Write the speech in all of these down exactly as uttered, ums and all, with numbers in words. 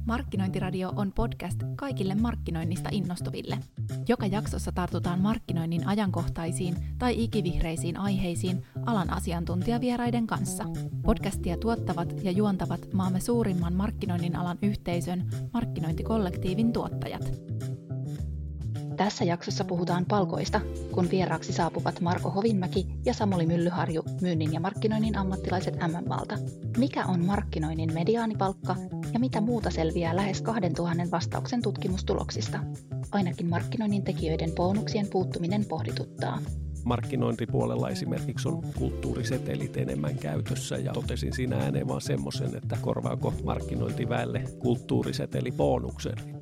Markkinointiradio on podcast kaikille markkinoinnista innostuville. Joka jaksossa tartutaan markkinoinnin ajankohtaisiin tai ikivihreisiin aiheisiin alan asiantuntijavieraiden kanssa. Podcastia tuottavat ja juontavat maamme suurimman markkinoinnin alan yhteisön markkinointikollektiivin tuottajat. Tässä jaksossa puhutaan palkoista, kun vieraaksi saapuvat Marko Hovinmäki ja Samuli Myllyharju, myynnin ja markkinoinnin ammattilaiset M M A:lta. Mikä on markkinoinnin mediaanipalkka ja mitä muuta selviää lähes kahdentuhannen vastauksen tutkimustuloksista? Ainakin markkinoinnin tekijöiden bonuksien puuttuminen pohdituttaa. Markkinointipuolella esimerkiksi on kulttuurisetelit enemmän käytössä ja totesin siinä ääneen vaan semmoisen, että korvaako markkinointiväelle kulttuurisetelibonuksen.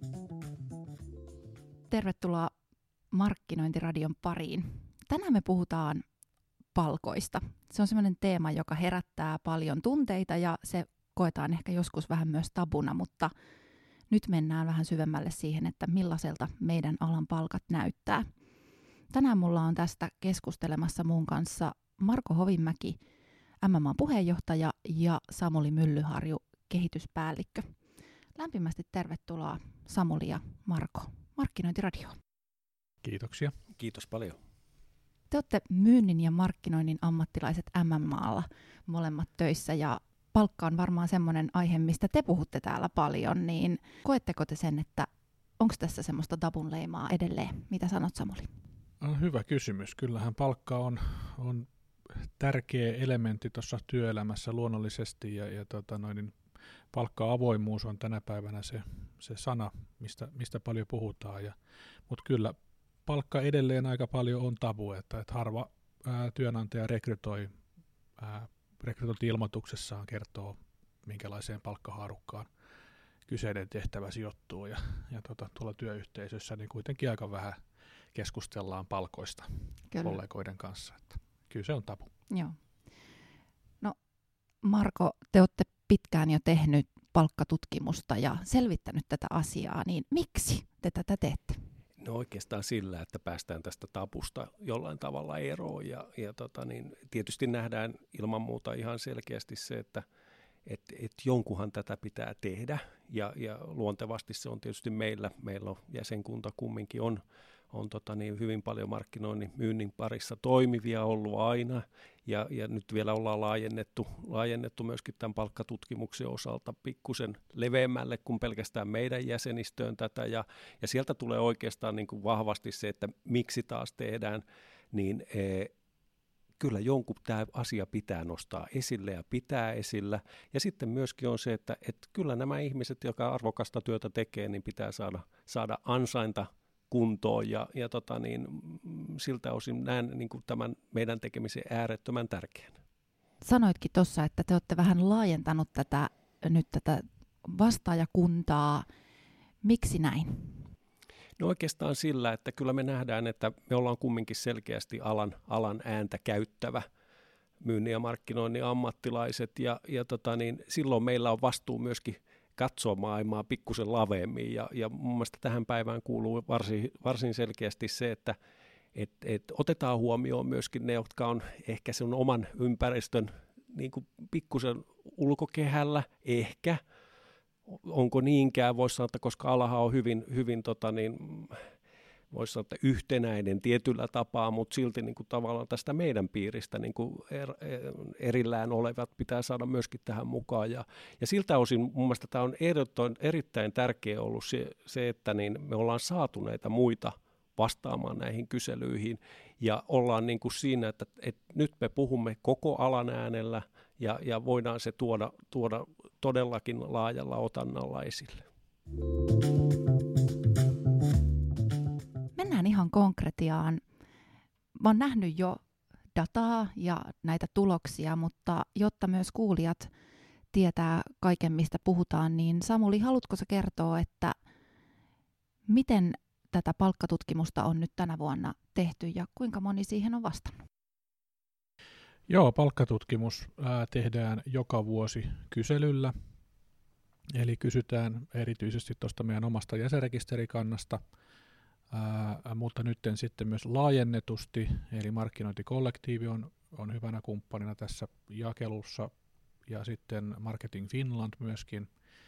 Tervetuloa Markkinointiradion pariin. Tänään me puhutaan palkoista. Se on sellainen teema, joka herättää paljon tunteita ja se koetaan ehkä joskus vähän myös tabuna, mutta nyt mennään vähän syvemmälle siihen, että millaiselta meidän alan palkat näyttää. Tänään mulla on tästä keskustelemassa mun kanssa Marko Hovinmäki, M M A:n puheenjohtaja ja Samuli Myllyharju, kehityspäällikkö. Lämpimästi tervetuloa Samuli ja Marko Markkinointiradioon. Kiitoksia. Kiitos paljon. Te olette myynnin ja markkinoinnin ammattilaiset M M A:lla molemmat töissä ja palkka on varmaan semmoinen aihe, mistä te puhutte täällä paljon, niin koetteko te sen, että onko tässä semmoista tabun leimaa edelleen? Mitä sanot, Samuli? No, hyvä kysymys. Kyllähän palkka on, on tärkeä elementti tuossa työelämässä luonnollisesti ja, ja tota noin, palkka-avoimuus on tänä päivänä se, se sana, mistä, mistä paljon puhutaan. Ja, mutta kyllä palkka edelleen aika paljon on tabu, että, että harva ää, työnantaja rekrytoi ää, rekrytointi-ilmoituksessaan kertoo, minkälaiseen palkkahaarukkaan kyseinen tehtävä sijoittuu. Ja, ja tota, tuolla työyhteisössä niin kuitenkin aika vähän keskustellaan palkoista kyllä kollegoiden kanssa. Että kyllä se on tabu. Joo. No Marko, te olette pitkään jo tehnyt palkkatutkimusta ja selvittänyt tätä asiaa, niin miksi te tätä teette? No oikeastaan sillä, että päästään tästä tabusta jollain tavalla eroon ja, ja tota niin, tietysti nähdään ilman muuta ihan selkeästi se, että et, et jonkunhan tätä pitää tehdä ja, ja luontevasti se on tietysti meillä, meillä on jäsenkunta kumminkin on, on tota niin, hyvin paljon markkinoinnin myynnin parissa toimivia ollut aina ja, ja nyt vielä ollaan laajennettu, laajennettu myöskin tämän palkkatutkimuksen osalta pikkusen leveämmälle kuin pelkästään meidän jäsenistöön tätä ja, ja sieltä tulee oikeastaan niin kuin vahvasti se, että miksi taas tehdään, niin e, kyllä jonkun tämä asia pitää nostaa esille ja pitää esillä ja sitten myöskin on se, että et kyllä nämä ihmiset, jotka arvokasta työtä tekee, niin pitää saada, saada ansainta kuntoon ja, ja tota niin, siltä osin näen niin kuin tämän meidän tekemisen äärettömän tärkeänä. Sanoitkin tuossa, että te olette vähän laajentanut tätä, nyt tätä vastaajakuntaa. Miksi näin? No oikeastaan sillä, että kyllä me nähdään, että me ollaan kumminkin selkeästi alan, alan ääntä käyttävä myynnin ja markkinoinnin ammattilaiset ja, ja tota niin, silloin meillä on vastuu myöskin katsoa maailmaa pikkusen laveemmin ja, ja mun mielestä tähän päivään kuuluu varsin, varsin selkeästi se, että et, et otetaan huomioon myöskin ne, jotka on ehkä sen oman ympäristön niin kuin pikkusen ulkokehällä, ehkä, onko niinkään, voisi sanoa, että koska alahan on hyvin, hyvin tota niin, voisi sanoa, että yhtenäinen tietyllä tapaa, mutta silti niin kuin tavallaan tästä meidän piiristä niin kuin er, erillään olevat pitää saada myöskin tähän mukaan. Ja, ja siltä osin mun mielestä tämä on erittäin, erittäin tärkeä ollut se, se että niin me ollaan saatu näitä muita vastaamaan näihin kyselyihin ja ollaan niin kuin siinä, että, että nyt me puhumme koko alan äänellä ja, ja voidaan se tuoda, tuoda todellakin laajalla otannalla esille. Mennään ihan konkretiaan. Mä oon nähnyt jo dataa ja näitä tuloksia, mutta jotta myös kuulijat tietää kaiken, mistä puhutaan, niin Samuli, haluatko sä kertoa, että miten tätä palkkatutkimusta on nyt tänä vuonna tehty ja kuinka moni siihen on vastannut? Joo, palkkatutkimus ää, tehdään joka vuosi kyselyllä. Eli kysytään erityisesti tuosta meidän omasta jäsenrekisterikannasta, ää, mutta nyt sitten myös laajennetusti, eli markkinointikollektiivi on, on hyvänä kumppanina tässä jakelussa, ja sitten Marketing Finland myöskin.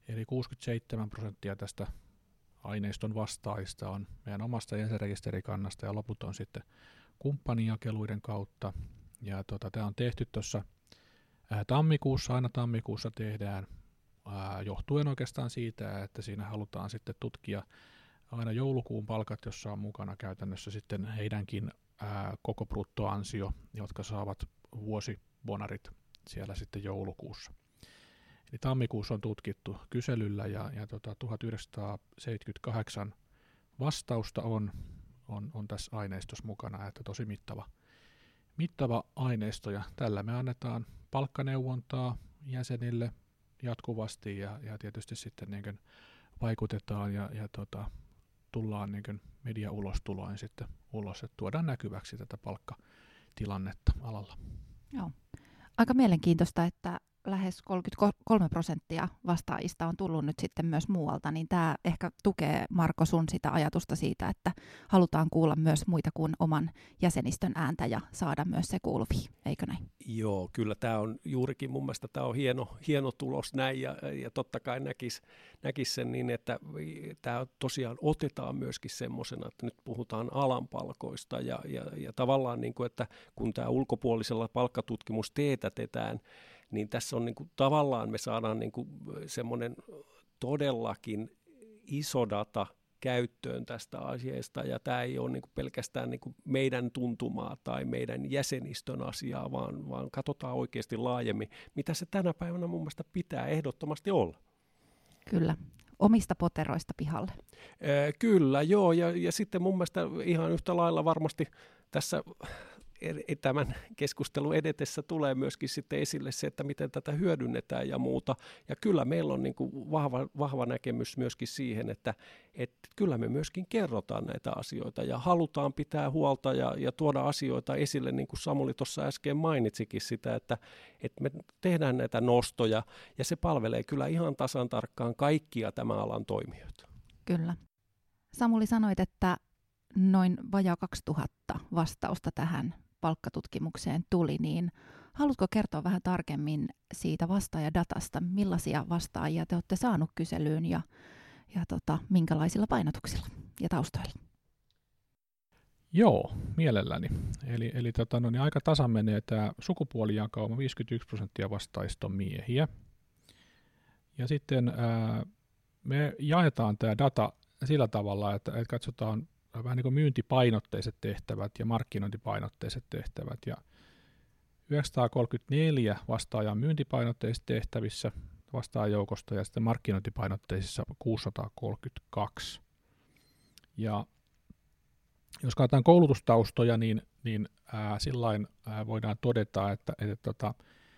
Eli kuusikymmentäseitsemän prosenttia tästä aineiston vastaajista on meidän omasta jäsenrekisterikannasta ja loput on sitten kumppanijakeluiden kautta. Ja tota, tämä on tehty tuossa tammikuussa, aina tammikuussa tehdään, ää, johtuen oikeastaan siitä, että siinä halutaan sitten tutkia aina joulukuun palkat, jossa on mukana käytännössä sitten heidänkin ää, koko bruttoansio, jotka saavat vuosibonarit siellä sitten joulukuussa. Eli tammikuussa on tutkittu kyselyllä ja, ja tota, tuhatyhdeksänsataaseitsemänkymmentäkahdeksan vastausta on, on, on tässä aineistossa mukana, että tosi mittava, mittava aineisto ja tällä me annetaan palkkaneuvontaa jäsenille jatkuvasti ja, ja tietysti sitten niin kuin vaikutetaan ja, ja tota, tullaan niin kuin mediaulostuloin sitten ulos, että tuodaan näkyväksi tätä palkkatilannetta alalla. Joo. Aika mielenkiintoista, että lähes kolmekymmentäkolme prosenttia vastaajista on tullut nyt sitten myös muualta, niin tämä ehkä tukee, Marko, sun sitä ajatusta siitä, että halutaan kuulla myös muita kuin oman jäsenistön ääntä ja saada myös se kuuluviin, eikö näin? Joo, kyllä tämä on juurikin mun mielestä tämä on hieno, hieno tulos näin ja, ja totta kai näkisi näkis sen niin, että tämä tosiaan otetaan myöskin semmoisena, että nyt puhutaan alan palkoista ja, ja, ja tavallaan niin kuin, että kun tämä ulkopuolisella palkkatutkimus teetätetään, niin tässä on niin kuin, tavallaan me saadaan niin kuin semmoinen todellakin iso data käyttöön tästä asiasta, ja tämä ei ole niin kuin pelkästään niin kuin meidän tuntumaa tai meidän jäsenistön asiaa, vaan, vaan katsotaan oikeasti laajemmin, mitä se tänä päivänä mun mielestä pitää ehdottomasti olla. Kyllä. Omista poteroista pihalle. Ee, kyllä, joo, ja, ja sitten mun mielestä ihan yhtä lailla varmasti tässä tämän keskustelun edetessä tulee myöskin sitten esille se, että miten tätä hyödynnetään ja muuta. Ja kyllä meillä on niin kuin vahva, vahva näkemys myöskin siihen, että, että kyllä me myöskin kerrotaan näitä asioita ja halutaan pitää huolta ja, ja tuoda asioita esille, niin kuin Samuli tuossa äsken mainitsikin sitä, että, että me tehdään näitä nostoja ja se palvelee kyllä ihan tasan tarkkaan kaikkia tämän alan toimijoita. Kyllä. Samuli, sanoit, että noin vajaa kaksituhatta vastausta tähän palkkatutkimukseen tuli, niin haluatko kertoa vähän tarkemmin siitä vastaajadatasta, millaisia vastaajia te olette saanut kyselyyn ja, ja tota, minkälaisilla painotuksilla ja taustoilla? Joo, mielelläni. Eli, eli tota, no, niin aika tasan menee tämä sukupuolijakauma, viisikymmentäyksi prosenttia vastaajista on miehiä. Ja sitten ää, me jaetaan tämä data sillä tavalla, että, että katsotaan vähän niin kuin myyntipainotteiset tehtävät ja markkinointipainotteiset tehtävät. Ja yhdeksänsataakolmekymmentäneljä vastaajaa myyntipainotteisissa tehtävissä vastaajajoukosta ja sitten markkinointipainotteisissa kuusisataakolmekymmentäkaksi. Ja jos katsotaan koulutustaustoja, niin, niin ää, sillain ää, voidaan todeta, että, että, että, että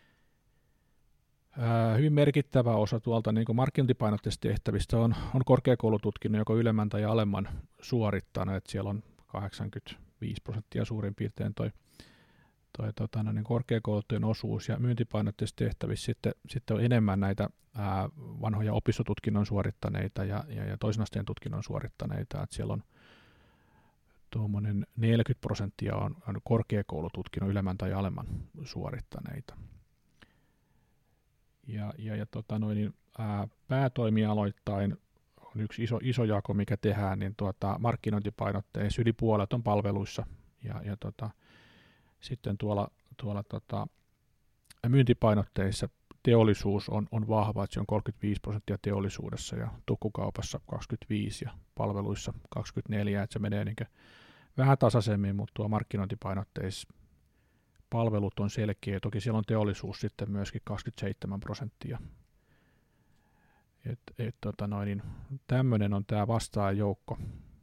ää, hyvin merkittävä osa tuolta niin kuin markkinointipainotteisista tehtävistä on, on korkeakoulututkinnon joko ylemmän tai alemman suorittanut, että siellä on kahdeksankymmentäviisi prosenttia suurin piirtein toi, toi tota, no niin korkeakouluttujen osuus, ja myyntipainotteisissa tehtävissä sitten, sitten on enemmän näitä ää, vanhoja opistotutkinnon suorittaneita ja, ja, ja toisen asteen tutkinnon suorittaneita, että siellä on tuommoinen neljäkymmentä prosenttia on, on korkeakoulututkinnon ylemmän tai alemman suorittaneita. Ja, ja, ja tota noin, niin, ää, päätoimialoittain on yksi iso, iso jako, mikä tehdään, niin tuota, markkinointipainotteissa yli puolet on palveluissa, ja, ja tota, sitten tuolla, tuolla tota, myyntipainotteissa teollisuus on, on vahva, että se on kolmekymmentäviisi prosenttia teollisuudessa ja tukkukaupassa kaksikymmentäviisi ja palveluissa kaksikymmentäneljä, että se menee niin vähän tasaisemmin, mutta tuo markkinointipainotteissa palvelut on selkeä. Toki siellä on teollisuus sitten myöskin kaksikymmentäseitsemän prosenttia. Et, et, tota noin, niin tämmöinen on tämä vastaajajoukko.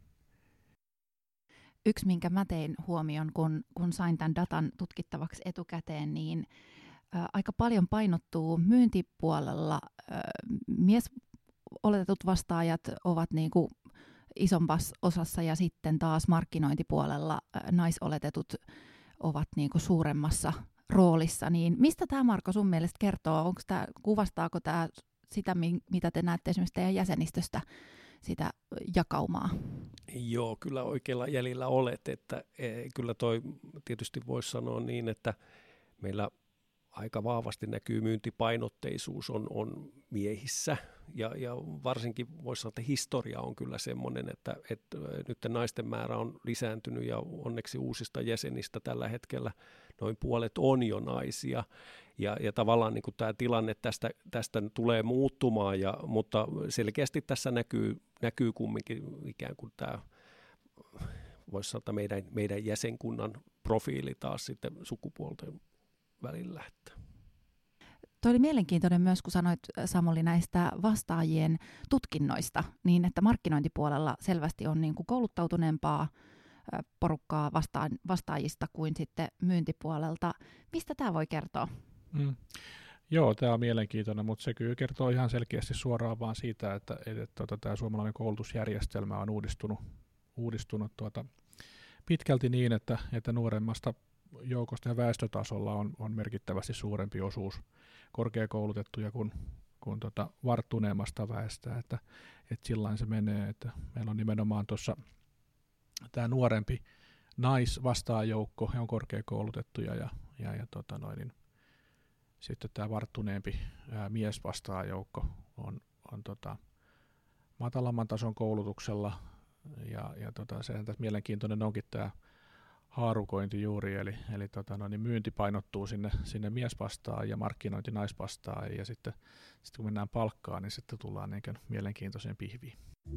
Yksi, minkä mä tein huomioon, kun, kun sain tämän datan tutkittavaksi etukäteen, niin ä, aika paljon painottuu myyntipuolella. Ä, mies oletetut vastaajat ovat niinku isompassa osassa ja sitten taas markkinointipuolella ä, naisoletetut ovat niinku suuremmassa roolissa. Niin mistä tämä, Marko, sun mielestä kertoo? Onko tää, kuvastaako tämä sitä, mitä te näette esimerkiksi teidän jäsenistöstä, sitä jakaumaa? Joo, kyllä oikealla jäljellä olet, että e, kyllä toi tietysti voisi sanoa niin, että meillä aika vahvasti näkyy myyntipainotteisuus on, on miehissä ja, ja varsinkin voisi sanoa, että historia on kyllä semmoinen, että, että nyt naisten määrä on lisääntynyt ja onneksi uusista jäsenistä tällä hetkellä noin puolet on jo naisia ja, ja tavallaan niin kuin tämä tilanne tästä, tästä tulee muuttumaan, ja, mutta selkeästi tässä näkyy, näkyy kumminkin ikään kuin tämä, voisi sanoa, että meidän, meidän jäsenkunnan profiili taas sitten sukupuolten välillä. Tuo oli mielenkiintoinen myös, kun sanoit, Samuli, näistä vastaajien tutkinnoista, niin että markkinointipuolella selvästi on niin kuin kouluttautuneempaa porukkaa vastaan, vastaajista kuin sitten myyntipuolelta. Mistä tämä voi kertoa? Mm. Joo, tämä on mielenkiintoinen, mutta se kyllä kertoo ihan selkeästi suoraan vaan siitä, että, että, että, että tämä suomalainen koulutusjärjestelmä on uudistunut, uudistunut tuota, pitkälti niin, että, että nuoremmasta joukosta ja väestötasolla on, on merkittävästi suurempi osuus korkeakoulutettuja kuin, kuin tota varttuneemmasta väestä, että, että sillain se menee, että meillä on nimenomaan tuossa tämä nuorempi naisvastaajoukko, he on korkeakoulutettuja ja, ja, ja tota noin, niin sitten tämä varttuneempi ää, miesvastaajoukko on, on tota, matalamman tason koulutuksella ja, ja tota, sehän tässä mielenkiintoinen onkin tämä haarukointi juuri, eli, eli tota, no, niin myynti painottuu sinne, sinne miesvastaan ja markkinointi naisvastaan, ja sitten, sitten kun mennään palkkaan, niin sitten tullaan niin kuin mielenkiintoiseen pihviin.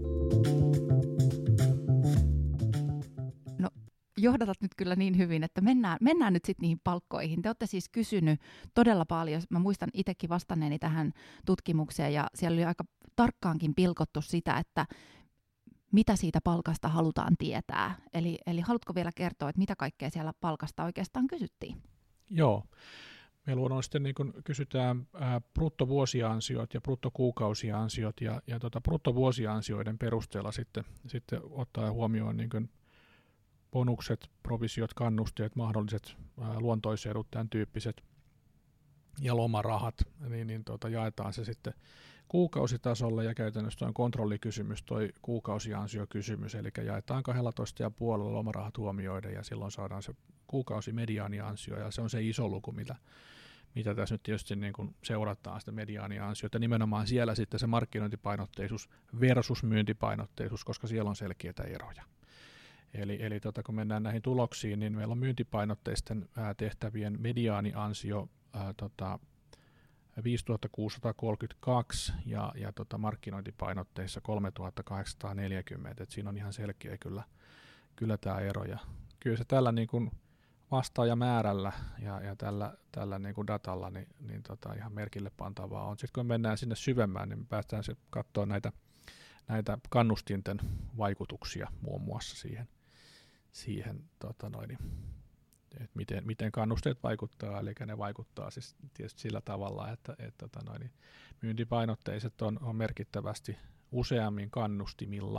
No, johdatat nyt kyllä niin hyvin, että mennään, mennään nyt sitten niihin palkkoihin. Te olette siis kysynyt todella paljon, mä muistan itsekin vastanneeni tähän tutkimukseen, ja siellä oli aika tarkkaankin pilkottu sitä, että mitä siitä palkasta halutaan tietää. Eli, eli haluatko vielä kertoa, että mitä kaikkea siellä palkasta oikeastaan kysyttiin? Joo. Me luonnollisesti niin kun kysytään ää, bruttovuosiansiot ja bruttokuukausiansiot, ja, ja tota, bruttovuosiansioiden perusteella sitten, sitten ottaa huomioon niin kun bonukset, provisiot, kannusteet, mahdolliset ää, luontoisedut, tämän tyyppiset, ja lomarahat, niin, niin tota, jaetaan se sitten kuukausitasolla, ja käytännössä on kontrollikysymys, toi kuukausiansiokysymys, eli jaetaan kaksitoista pilkku viisi lomarahat huomioiden, ja silloin saadaan se kuukausimediaaniansio, ja se on se iso luku, mitä, mitä tässä nyt tietysti niin kuin seurataan sitä mediaaniansiota, nimenomaan siellä sitten se markkinointipainotteisuus versus myyntipainotteisuus, koska siellä on selkeitä eroja. Eli, eli tota, kun mennään näihin tuloksiin, niin meillä on myyntipainotteisten ää, tehtävien mediaaniansio ää, tota, viisituhatta kuusisataakolmekymmentäkaksi ja, ja tota markkinointipainotteissa kolmetuhatta kahdeksansataaneljäkymmentä, et siinä on ihan selkeä kyllä, kyllä tämä ero. Ja kyllä se tällä niin kuin vastaajamäärällä ja, ja tällä, tällä niin kuin datalla niin, niin tota ihan merkille pantavaa on. Sitten kun mennään sinne syvemmään, niin me päästään katsoa näitä, näitä kannustinten vaikutuksia muun muassa siihen, siihen tota noin, että miten, miten kannusteet vaikuttaa, eli ne vaikuttaa siis tietysti sillä tavalla, että et, tota noin, myyntipainotteiset on, on merkittävästi useammin kannustimilla,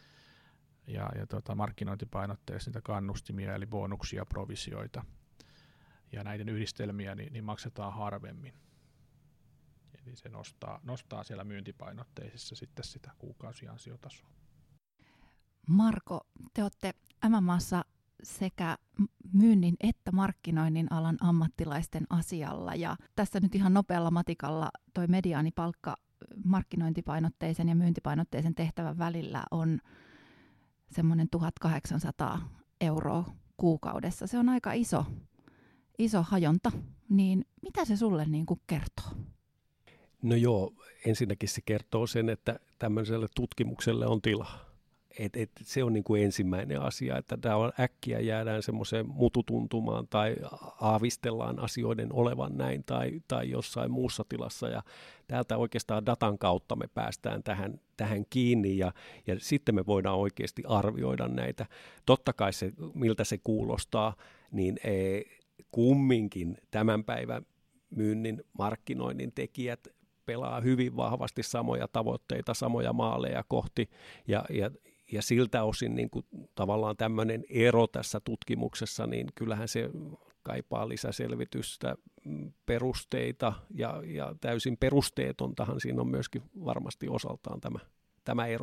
ja, ja tota, markkinointipainotteiset niitä kannustimia, eli bonuksia, provisioita, ja näiden yhdistelmiä niin, niin maksetaan harvemmin. Eli se nostaa, nostaa siellä myyntipainotteisissa sitten sitä kuukausiansiotasoa. Marko, te olette M M A:ssa sekä myynnin että markkinoinnin alan ammattilaisten asialla. Ja tässä nyt ihan nopealla matikalla toi mediaanipalkka markkinointipainotteisen ja myyntipainotteisen tehtävän välillä on semmoinen tuhatkahdeksansataa euroa kuukaudessa. Se on aika iso, iso hajonta. Niin mitä se sulle niin kuin kertoo? No joo, ensinnäkin se kertoo sen, että tämmöiselle tutkimukselle on tilaa. Et, et, se on niin kuin ensimmäinen asia, että tämä on äkkiä jäädään semmoiseen mututuntumaan tai aavistellaan asioiden olevan näin tai, tai jossain muussa tilassa, ja täältä oikeastaan datan kautta me päästään tähän, tähän kiinni, ja, ja sitten me voidaan oikeasti arvioida näitä. Totta kai se, miltä se kuulostaa, niin e, kumminkin tämän päivän myynnin markkinoinnin tekijät pelaa hyvin vahvasti samoja tavoitteita, samoja maaleja kohti, ja, ja Ja siltä osin niin kuin tavallaan tämmöinen ero tässä tutkimuksessa, niin kyllähän se kaipaa lisäselvitystä, perusteita, ja, ja täysin perusteetontahan siinä on myöskin varmasti osaltaan tämä, tämä ero.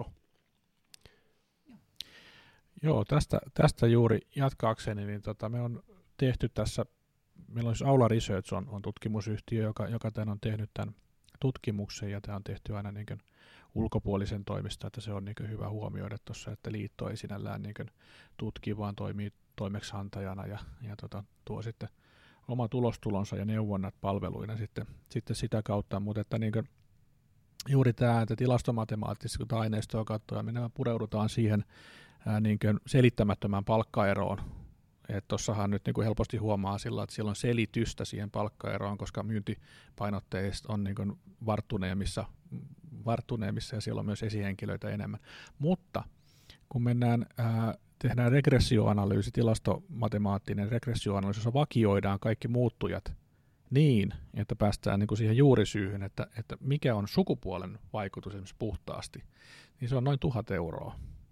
Joo, tästä, tästä juuri jatkaakseni, niin tota, me on tehty tässä meillä on siis Aula Research on, on tutkimusyhtiö, joka, joka tämän on tehnyt tämän tutkimuksen, ja tämä on tehty aina niin kuin ulkopuolisen toimista, että se on niin kuin hyvä huomioida tuossa, että liitto ei sinällään niin kuin tutki, vaan toimii toimeksiantajana ja, ja tota, tuo sitten oma tulostulonsa ja neuvonnat palveluina sitten, sitten sitä kautta, mutta että niin kuin juuri tämä, että tilastomatemaattisesti, kun aineistoa katsoo, ja me pureudutaan siihen ää, niin kuin selittämättömään palkkaeroon. Tuossahan nyt niin kuin helposti huomaa sillä, että siellä on selitystä siihen palkkaeroon, koska myyntipainotteista on niin kuin varttuneemmissa, varttuneemmissa ja siellä on myös esihenkilöitä enemmän. Mutta kun mennään, ää, tehdään regressioanalyysi, tilastomatemaattinen regressioanalyysi, jossa vakioidaan kaikki muuttujat niin, että päästään niin kuin siihen juurisyyhyn, että, että mikä on sukupuolen vaikutus esimerkiksi puhtaasti, niin se on noin tuhat euroa.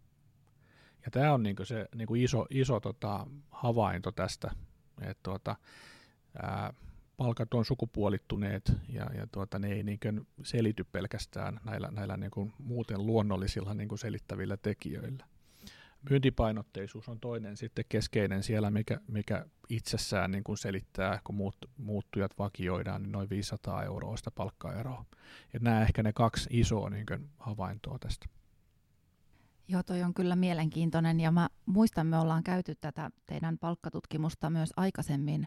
Ja tämä on niin kuin se niin kuin iso, iso tota, havainto tästä, että tuota, ää, palkat on sukupuolittuneet ja, ja tuota, ne ei niin kuin selity pelkästään näillä, näillä niin kuin muuten luonnollisilla niin kuin selittävillä tekijöillä. Myyntipainotteisuus on toinen sitten keskeinen siellä, mikä, mikä itsessään niin kuin selittää, kun muut, muuttujat vakioidaan, niin noin viisisataa euroa sitä palkkaeroa. Ja nämä ehkä ne kaksi isoa niin kuin havaintoa tästä. Joo, toi on kyllä mielenkiintoinen, ja mä muistan, me ollaan käyty tätä teidän palkkatutkimusta myös aikaisemmin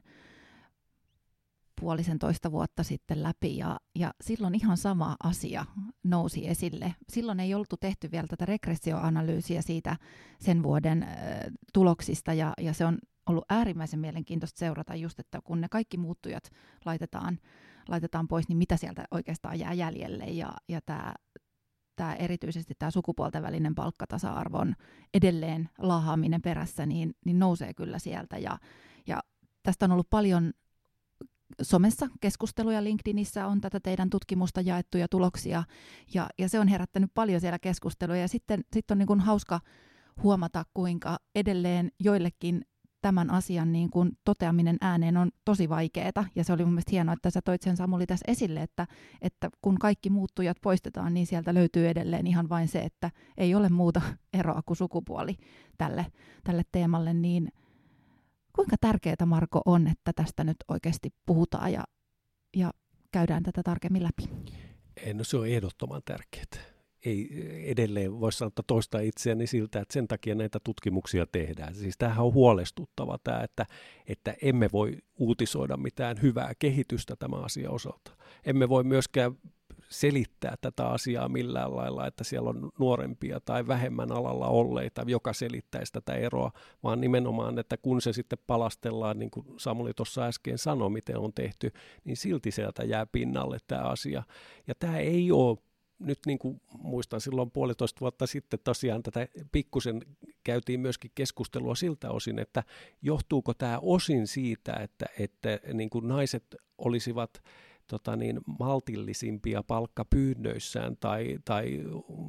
puolisen toista vuotta sitten läpi, ja, ja silloin ihan sama asia nousi esille. Silloin ei oltu tehty vielä tätä regressioanalyysiä siitä sen vuoden äh, tuloksista, ja, ja se on ollut äärimmäisen mielenkiintoista seurata just, että kun ne kaikki muuttujat laitetaan, laitetaan pois, niin mitä sieltä oikeastaan jää jäljelle, ja, ja tämä Tämä erityisesti tämä sukupuolten välinen palkkatasa-arvon edelleen laahaaminen perässä, niin, niin nousee kyllä sieltä. Ja, ja tästä on ollut paljon somessa keskusteluja, LinkedInissä on tätä teidän tutkimusta jaettuja tuloksia, ja, ja se on herättänyt paljon siellä keskusteluja. Ja sitten, sitten on niin kuin hauska huomata, kuinka edelleen joillekin tämän asian niin kuin toteaminen ääneen on tosi vaikeaa, ja se oli mun mielestä hienoa, että sä toit sen Samuli tässä esille, että, että kun kaikki muuttujat poistetaan, niin sieltä löytyy edelleen ihan vain se, että ei ole muuta eroa kuin sukupuoli tälle, tälle teemalle, niin kuinka tärkeää, Marko, on, että tästä nyt oikeasti puhutaan ja, ja käydään tätä tarkemmin läpi? No se on ehdottoman tärkeää. Ei edelleen voi sanoa toistaa itseäni siltä, että sen takia näitä tutkimuksia tehdään. Siis tämähän on huolestuttava tämä, että, että emme voi uutisoida mitään hyvää kehitystä tämän asian osalta. Emme voi myöskään selittää tätä asiaa millään lailla, että siellä on nuorempia tai vähemmän alalla olleita, joka selittäisi tätä eroa, vaan nimenomaan, että kun se sitten palastellaan, niin kuin Samuli tuossa äsken sanoi, miten on tehty, niin silti sieltä jää pinnalle tämä asia. Ja tämä ei ole nyt niin kuin muistan silloin puolitoista vuotta sitten tosiaan tätä pikkusen käytiin myöskin keskustelua siltä osin, että johtuuko tämä osin siitä, että, että niin kuin naiset olisivat tota niin, maltillisimpia palkkapyynnöissään tai, tai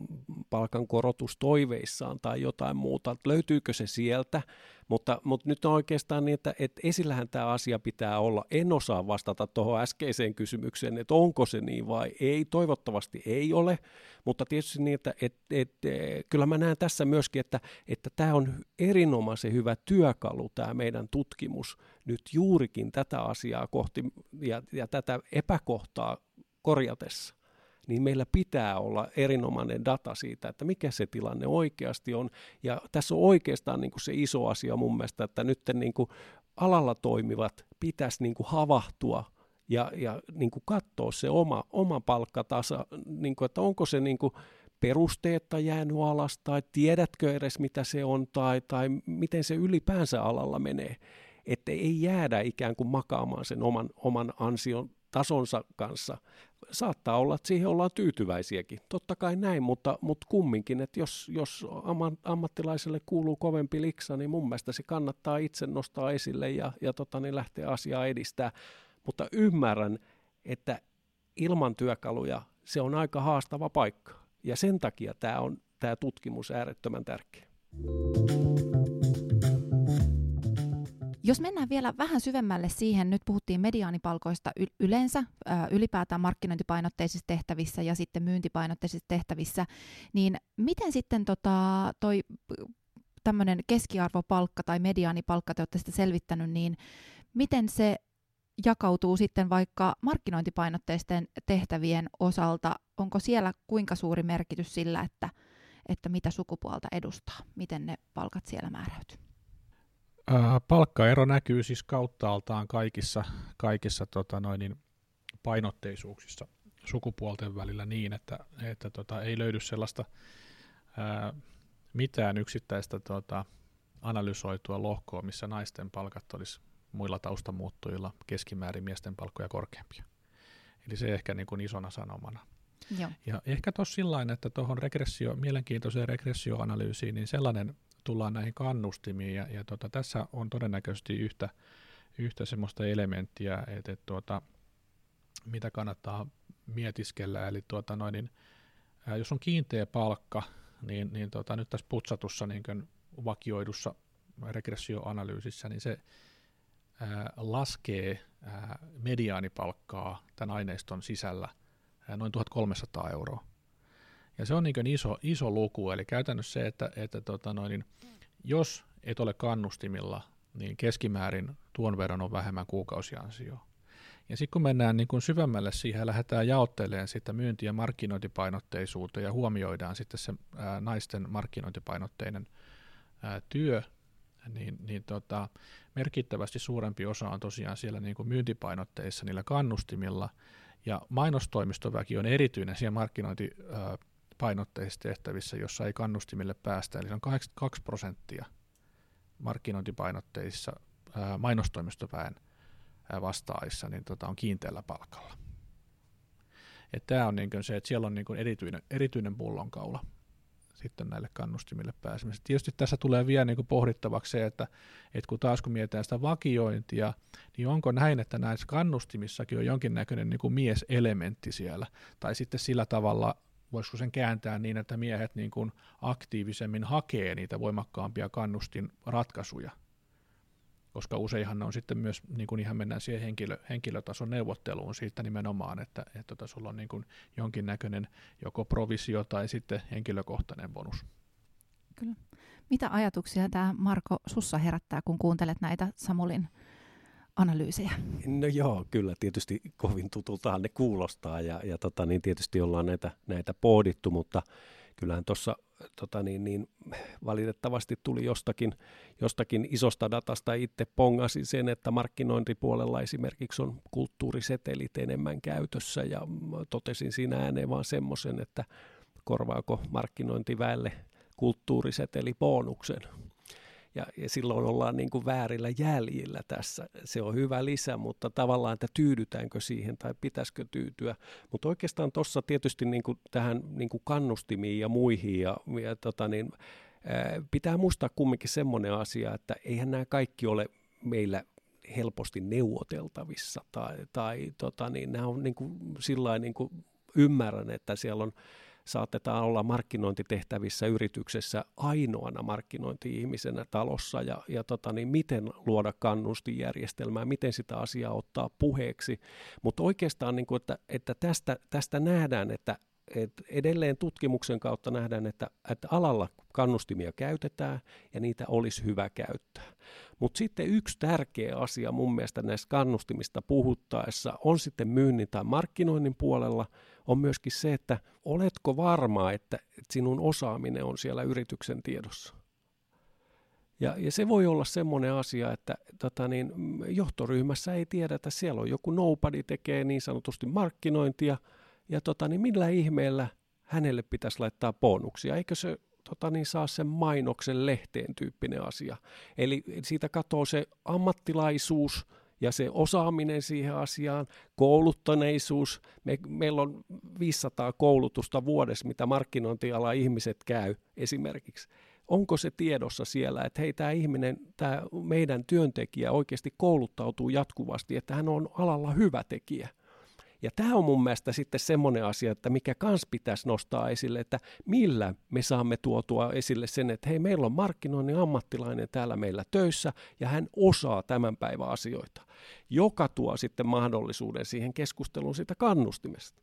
palkankorotustoiveissaan tai jotain muuta. Löytyykö se sieltä? Mutta, mutta nyt on oikeastaan niin, että, että esillähän tämä asia pitää olla. En osaa vastata tuohon äskeiseen kysymykseen, että onko se niin vai ei. Toivottavasti ei ole, mutta tietysti niin, että, että, että kyllä mä näen tässä myöskin, että, että tämä on erinomaisen hyvä työkalu, tämä meidän tutkimus nyt juurikin tätä asiaa kohti ja, ja tätä epäkohtaa korjatessa. Niin meillä pitää olla erinomainen data siitä, että mikä se tilanne oikeasti on. Ja tässä on oikeastaan niin kuin se iso asia mun mielestä, että nyt niin kuin alalla toimivat pitäisi niin kuin havahtua ja, ja niin kuin katsoa se oma, oma palkkatasa, niin kuin, että onko se niin kuin perusteetta jäänyt alas tai tiedätkö edes mitä se on tai, tai miten se ylipäänsä alalla menee. Että ei jäädä ikään kuin makaamaan sen oman, oman ansion tasonsa kanssa. Saattaa olla, että siihen ollaan tyytyväisiäkin. Totta kai näin, mutta, mutta kumminkin, että jos, jos ammattilaiselle kuuluu kovempi liksa, niin mun mielestä se kannattaa itse nostaa esille ja, ja tota, niin lähteä asiaa edistää. Mutta ymmärrän, että ilman työkaluja se on aika haastava paikka. Ja sen takia tämä on tämä tutkimus äärettömän tärkeä. Jos mennään vielä vähän syvemmälle siihen, nyt puhuttiin mediaanipalkoista y- yleensä, ää, ylipäätään markkinointipainotteisissa tehtävissä ja sitten myyntipainotteisissa tehtävissä, niin miten sitten tota, toi tämmöinen keskiarvopalkka tai mediaanipalkka, te olette sitä selvittänyt, niin miten se jakautuu sitten vaikka markkinointipainotteisten tehtävien osalta? Onko siellä kuinka suuri merkitys sillä, että, että mitä sukupuolta edustaa? Miten ne palkat siellä määräytyy? Palkkaero näkyy siis kauttaaltaan kaikissa, kaikissa tota noin, painotteisuuksissa sukupuolten välillä niin, että, että tota, ei löydy sellaista ää, mitään yksittäistä tota, analysoitua lohkoa, missä naisten palkat olisi muilla taustamuuttujilla keskimäärin miesten palkkoja korkeampia. Eli se ehkä niin kuin isona sanomana. Joo. Ja ehkä tuossa sillain, että tuohon regressio, mielenkiintoiseen regressioanalyysiin, niin sellainen tullaan näihin kannustimiin, ja, ja tota, tässä on todennäköisesti yhtä, yhtä semmoista elementtiä, että, että tuota, mitä kannattaa mietiskellä, eli tuota, noin, niin, ää, jos on kiinteä palkka, niin, niin tota, nyt tässä putsatussa niin kuin vakioidussa regressioanalyysissä, niin se ää, laskee ää, mediaanipalkkaa tämän aineiston sisällä ää, noin tuhatkolmesataa euroa. Ja se on niin kuin iso, iso luku, eli käytännössä se, että, että tota noin, niin jos et ole kannustimilla, niin keskimäärin tuon verran on vähemmän kuukausiansioa. Ja sitten kun mennään niin kun syvemmälle siihen ja lähdetään jaottelemaan sitä myynti- ja markkinointipainotteisuutta ja huomioidaan sitten se ää, naisten markkinointipainotteinen ää, työ, niin, niin tota, merkittävästi suurempi osa on tosiaan siellä niin kuin myyntipainotteissa niillä kannustimilla, ja mainostoimistoväki on erityinen siellä markkinointipainotteisissa tehtävissä, jossa ei kannustimille päästä, eli se on kahdeksankymmentäkaksi prosenttia markkinointipainotteissa ää, mainostoimistoväen vastaajissa, niin tota on kiinteällä palkalla. Tämä on niin se, että siellä on niin erityinen, erityinen pullonkaula sitten näille kannustimille pääsemisessä. Tietysti tässä tulee vielä niin pohdittavaksi se, että, että kun taas kun mietitään sitä vakiointia, niin onko näin, että näissä kannustimissakin on jonkinnäköinen niin mieselementti siellä, tai sitten sillä tavalla, voisiko sen kääntää niin, että miehet niin kuin aktiivisemmin hakee niitä voimakkaampia kannustinratkaisuja, koska useinhan ne on sitten myös, niin kuin ihan mennään siihen henkilö, henkilötason neuvotteluun siitä nimenomaan, että, että, että sulla on niin kuin jonkinnäköinen joko provisio tai sitten henkilökohtainen bonus. Kyllä. Mitä ajatuksia tämä, Marko, sussa herättää, kun kuuntelet näitä Samulin analyysejä? No joo, kyllä tietysti kovin tutultahan ne kuulostaa ja, ja tota, niin tietysti ollaan näitä, näitä pohdittu, mutta kyllähän tuossa tota niin, niin, valitettavasti tuli jostakin, jostakin isosta datasta itse pongasin sen, että markkinointipuolella esimerkiksi on kulttuurisetelit enemmän käytössä ja totesin siinä ääneen vaan semmoisen, että korvaako markkinointiväelle kulttuuriseteli bonuksen. Ja, ja silloin ollaan niin kuin väärillä jäljillä tässä. Se on hyvä lisä, mutta tavallaan, että tyydytäänkö siihen tai pitäisikö tyytyä. Mutta oikeastaan tuossa tietysti niin kuin tähän niin kuin kannustimiin ja muihin, ja, ja tota niin, ää, pitää muistaa kumminkin semmoinen asia, että eihän nämä kaikki ole meillä helposti neuvoteltavissa. Tai, tai tota niin, nämä on niin kuin sillain niin kuin ymmärrän, että siellä on saatetaan olla markkinointitehtävissä yrityksessä ainoana markkinointi-ihmisenä talossa ja, ja tota, niin miten luoda kannustinjärjestelmää, miten sitä asiaa ottaa puheeksi. Mutta oikeastaan, niin kuin, että, että tästä, tästä nähdään, että, että edelleen tutkimuksen kautta nähdään, että, että alalla kannustimia käytetään ja niitä olisi hyvä käyttää. Mutta sitten yksi tärkeä asia mun mielestä näistä kannustimista puhuttaessa on sitten myynnin tai markkinoinnin puolella on myöskin se, että oletko varma, että, että sinun osaaminen on siellä yrityksen tiedossa. Ja, ja se voi olla semmoinen asia, että tota niin, johtoryhmässä ei tiedetä, siellä on joku nobody tekee niin sanotusti markkinointia ja tota niin, millä ihmeellä hänelle pitäisi laittaa bonuksia, eikö se Tota niin, saa sen mainoksen lehteen tyyppinen asia. Eli siitä katoo se ammattilaisuus ja se osaaminen siihen asiaan, kouluttaneisuus. Me, meillä on viisisataa koulutusta vuodessa, mitä markkinointialan ihmiset käy esimerkiksi. Onko se tiedossa siellä, että hei, tämä ihminen, tämä meidän työntekijä oikeasti kouluttautuu jatkuvasti, että hän on alalla hyvä tekijä. Ja tämä on mun mielestä sitten semmoinen asia, että mikä kans pitäisi nostaa esille, että millä me saamme tuotua esille sen, että hei, meillä on markkinoinnin ammattilainen täällä meillä töissä ja hän osaa tämän päivän asioita, joka tuo sitten mahdollisuuden siihen keskusteluun siitä kannustimesta.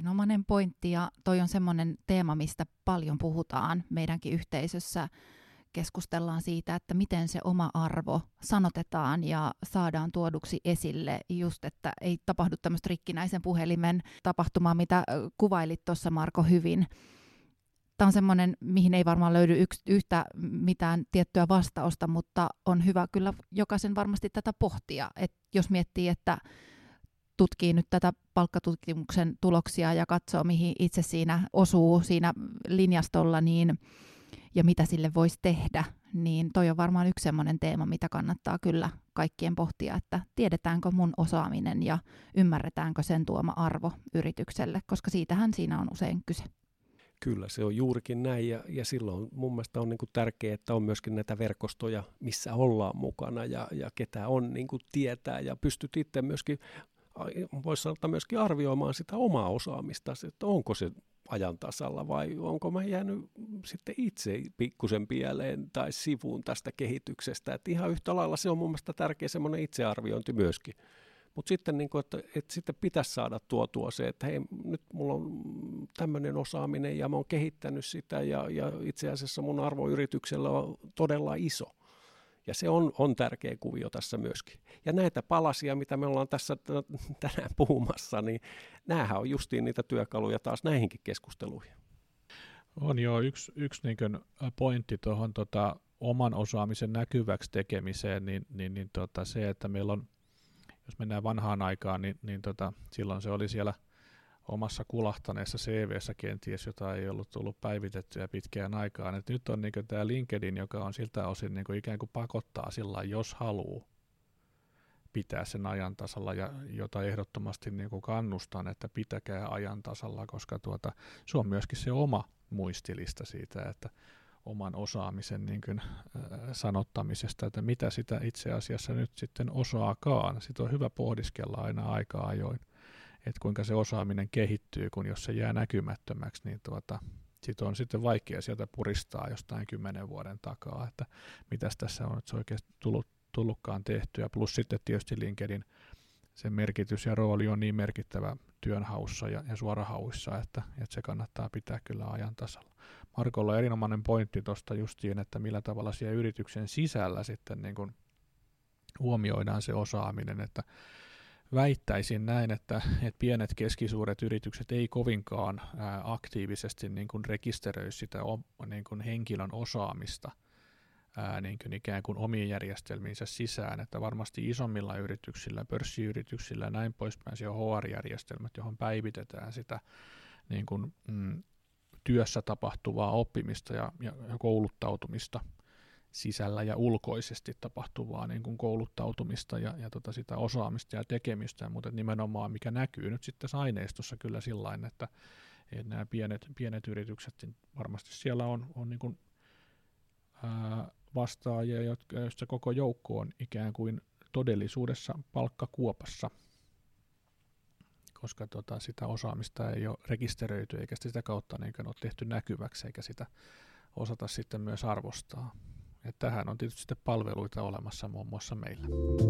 Erinomainen pointti ja toi on semmoinen teema, mistä paljon puhutaan meidänkin yhteisössä. keskustellaan siitä, että miten se oma arvo sanotetaan ja saadaan tuoduksi esille, just että ei tapahdu tämmöistä rikkinäisen puhelimen tapahtumaa, mitä kuvailit tuossa Marko hyvin. Tämä on semmoinen, mihin ei varmaan löydy yks, yhtä mitään tiettyä vastausta, mutta on hyvä kyllä jokaisen varmasti tätä pohtia. Et jos miettii, että tutkii nyt tätä palkkatutkimuksen tuloksia ja katsoo, mihin itse siinä osuu siinä linjastolla, niin, ja mitä sille voisi tehdä, niin toi on varmaan yksi semmoinen teema, mitä kannattaa kyllä kaikkien pohtia, että tiedetäänkö mun osaaminen ja ymmärretäänkö sen tuoma arvo yritykselle, koska siitähän siinä on usein kyse. Kyllä, se on juurikin näin ja, ja silloin mun mielestä on niin kuin tärkeää, että on myöskin näitä verkostoja, missä ollaan mukana ja, ja ketä on niin kuin tietää ja pystyt itse myöskin, voisi sanoa myöskin arvioimaan sitä omaa osaamista, että onko se ajan tasalla vai onko mä jäänyt sitten itse pikkusen pieleen tai sivuun tästä kehityksestä. Että ihan yhtä lailla se on mun mielestä tärkeä semmoinen itsearviointi myöskin. Mutta sitten, niin kuin, että, että sitten pitäisi saada tuotua se, että hei, nyt mulla on tämmöinen osaaminen ja mä oon kehittänyt sitä ja, ja itse asiassa mun arvo yrityksellä on todella iso. Ja se on, on tärkeä kuvio tässä myöskin. Ja näitä palasia, mitä me ollaan tässä tänään puhumassa, niin näähän on justiin niitä työkaluja taas näihinkin keskusteluihin. On jo yksi, yksi niin kuin pointti tuohon tota, oman osaamisen näkyväksi tekemiseen, niin, niin, niin tota, se, että meillä on, jos mennään vanhaan aikaan, niin, niin tota, silloin se oli siellä omassa kulahtaneessa C V:ssä kenties, jota ei ollut tullut päivitettyä pitkään aikaan. Et nyt on niin kuin tämä LinkedIn, joka on siltä osin niin kuin ikään kuin pakottaa sillä, jos haluaa pitää sen ajan tasalla, ja jota ehdottomasti niin kuin kannustan, että pitäkää ajan tasalla, koska tuota, se on myöskin se oma muistilista siitä, että oman osaamisen niin kuin, äh, sanottamisesta, että mitä sitä itse asiassa nyt sitten osaakaan. Sitten on hyvä pohdiskella aina aika ajoin, että kuinka se osaaminen kehittyy, kun jos se jää näkymättömäksi, niin tuota, sit on sitten vaikea sieltä puristaa jostain kymmenen vuoden takaa, että mitäs tässä on, että se oikeasti tullut, tullutkaan tehtyä. Plus sitten tietysti LinkedIn, sen merkitys ja rooli on niin merkittävä työnhaussa ja, ja suorahauissa, että, että se kannattaa pitää kyllä ajan tasalla. Markolla on erinomainen pointti tuosta justiin, että millä tavalla siellä yrityksen sisällä sitten niin kuin huomioidaan se osaaminen, että väittäisin näin, että, että pienet keskisuuret yritykset ei kovinkaan ää, aktiivisesti niin kuin rekisteröi sitä o, niin kuin henkilön osaamista ää, niin kuin ikään kuin omiin järjestelmiinsä sisään, että varmasti isommilla yrityksillä, pörssiyrityksillä ja näin poispäin, siellä on H R-järjestelmät, johon päivitetään sitä niin kuin, mm, työssä tapahtuvaa oppimista ja, ja, ja kouluttautumista sisällä ja ulkoisesti tapahtuvaa niin kuin kouluttautumista ja, ja tota sitä osaamista ja tekemistä, mutta nimenomaan mikä näkyy nyt sitten aineistossa kyllä sillain, että, että nämä pienet, pienet yritykset, varmasti siellä on, on niin kuin, ää, vastaajia, jotka, joista koko joukko on ikään kuin todellisuudessa palkkakuopassa, koska tota, sitä osaamista ei ole rekisteröity eikä sitä kautta niin ole tehty näkyväksi eikä sitä osata sitten myös arvostaa. Ja tähän on tietysti sitten palveluita olemassa muun muassa meillä.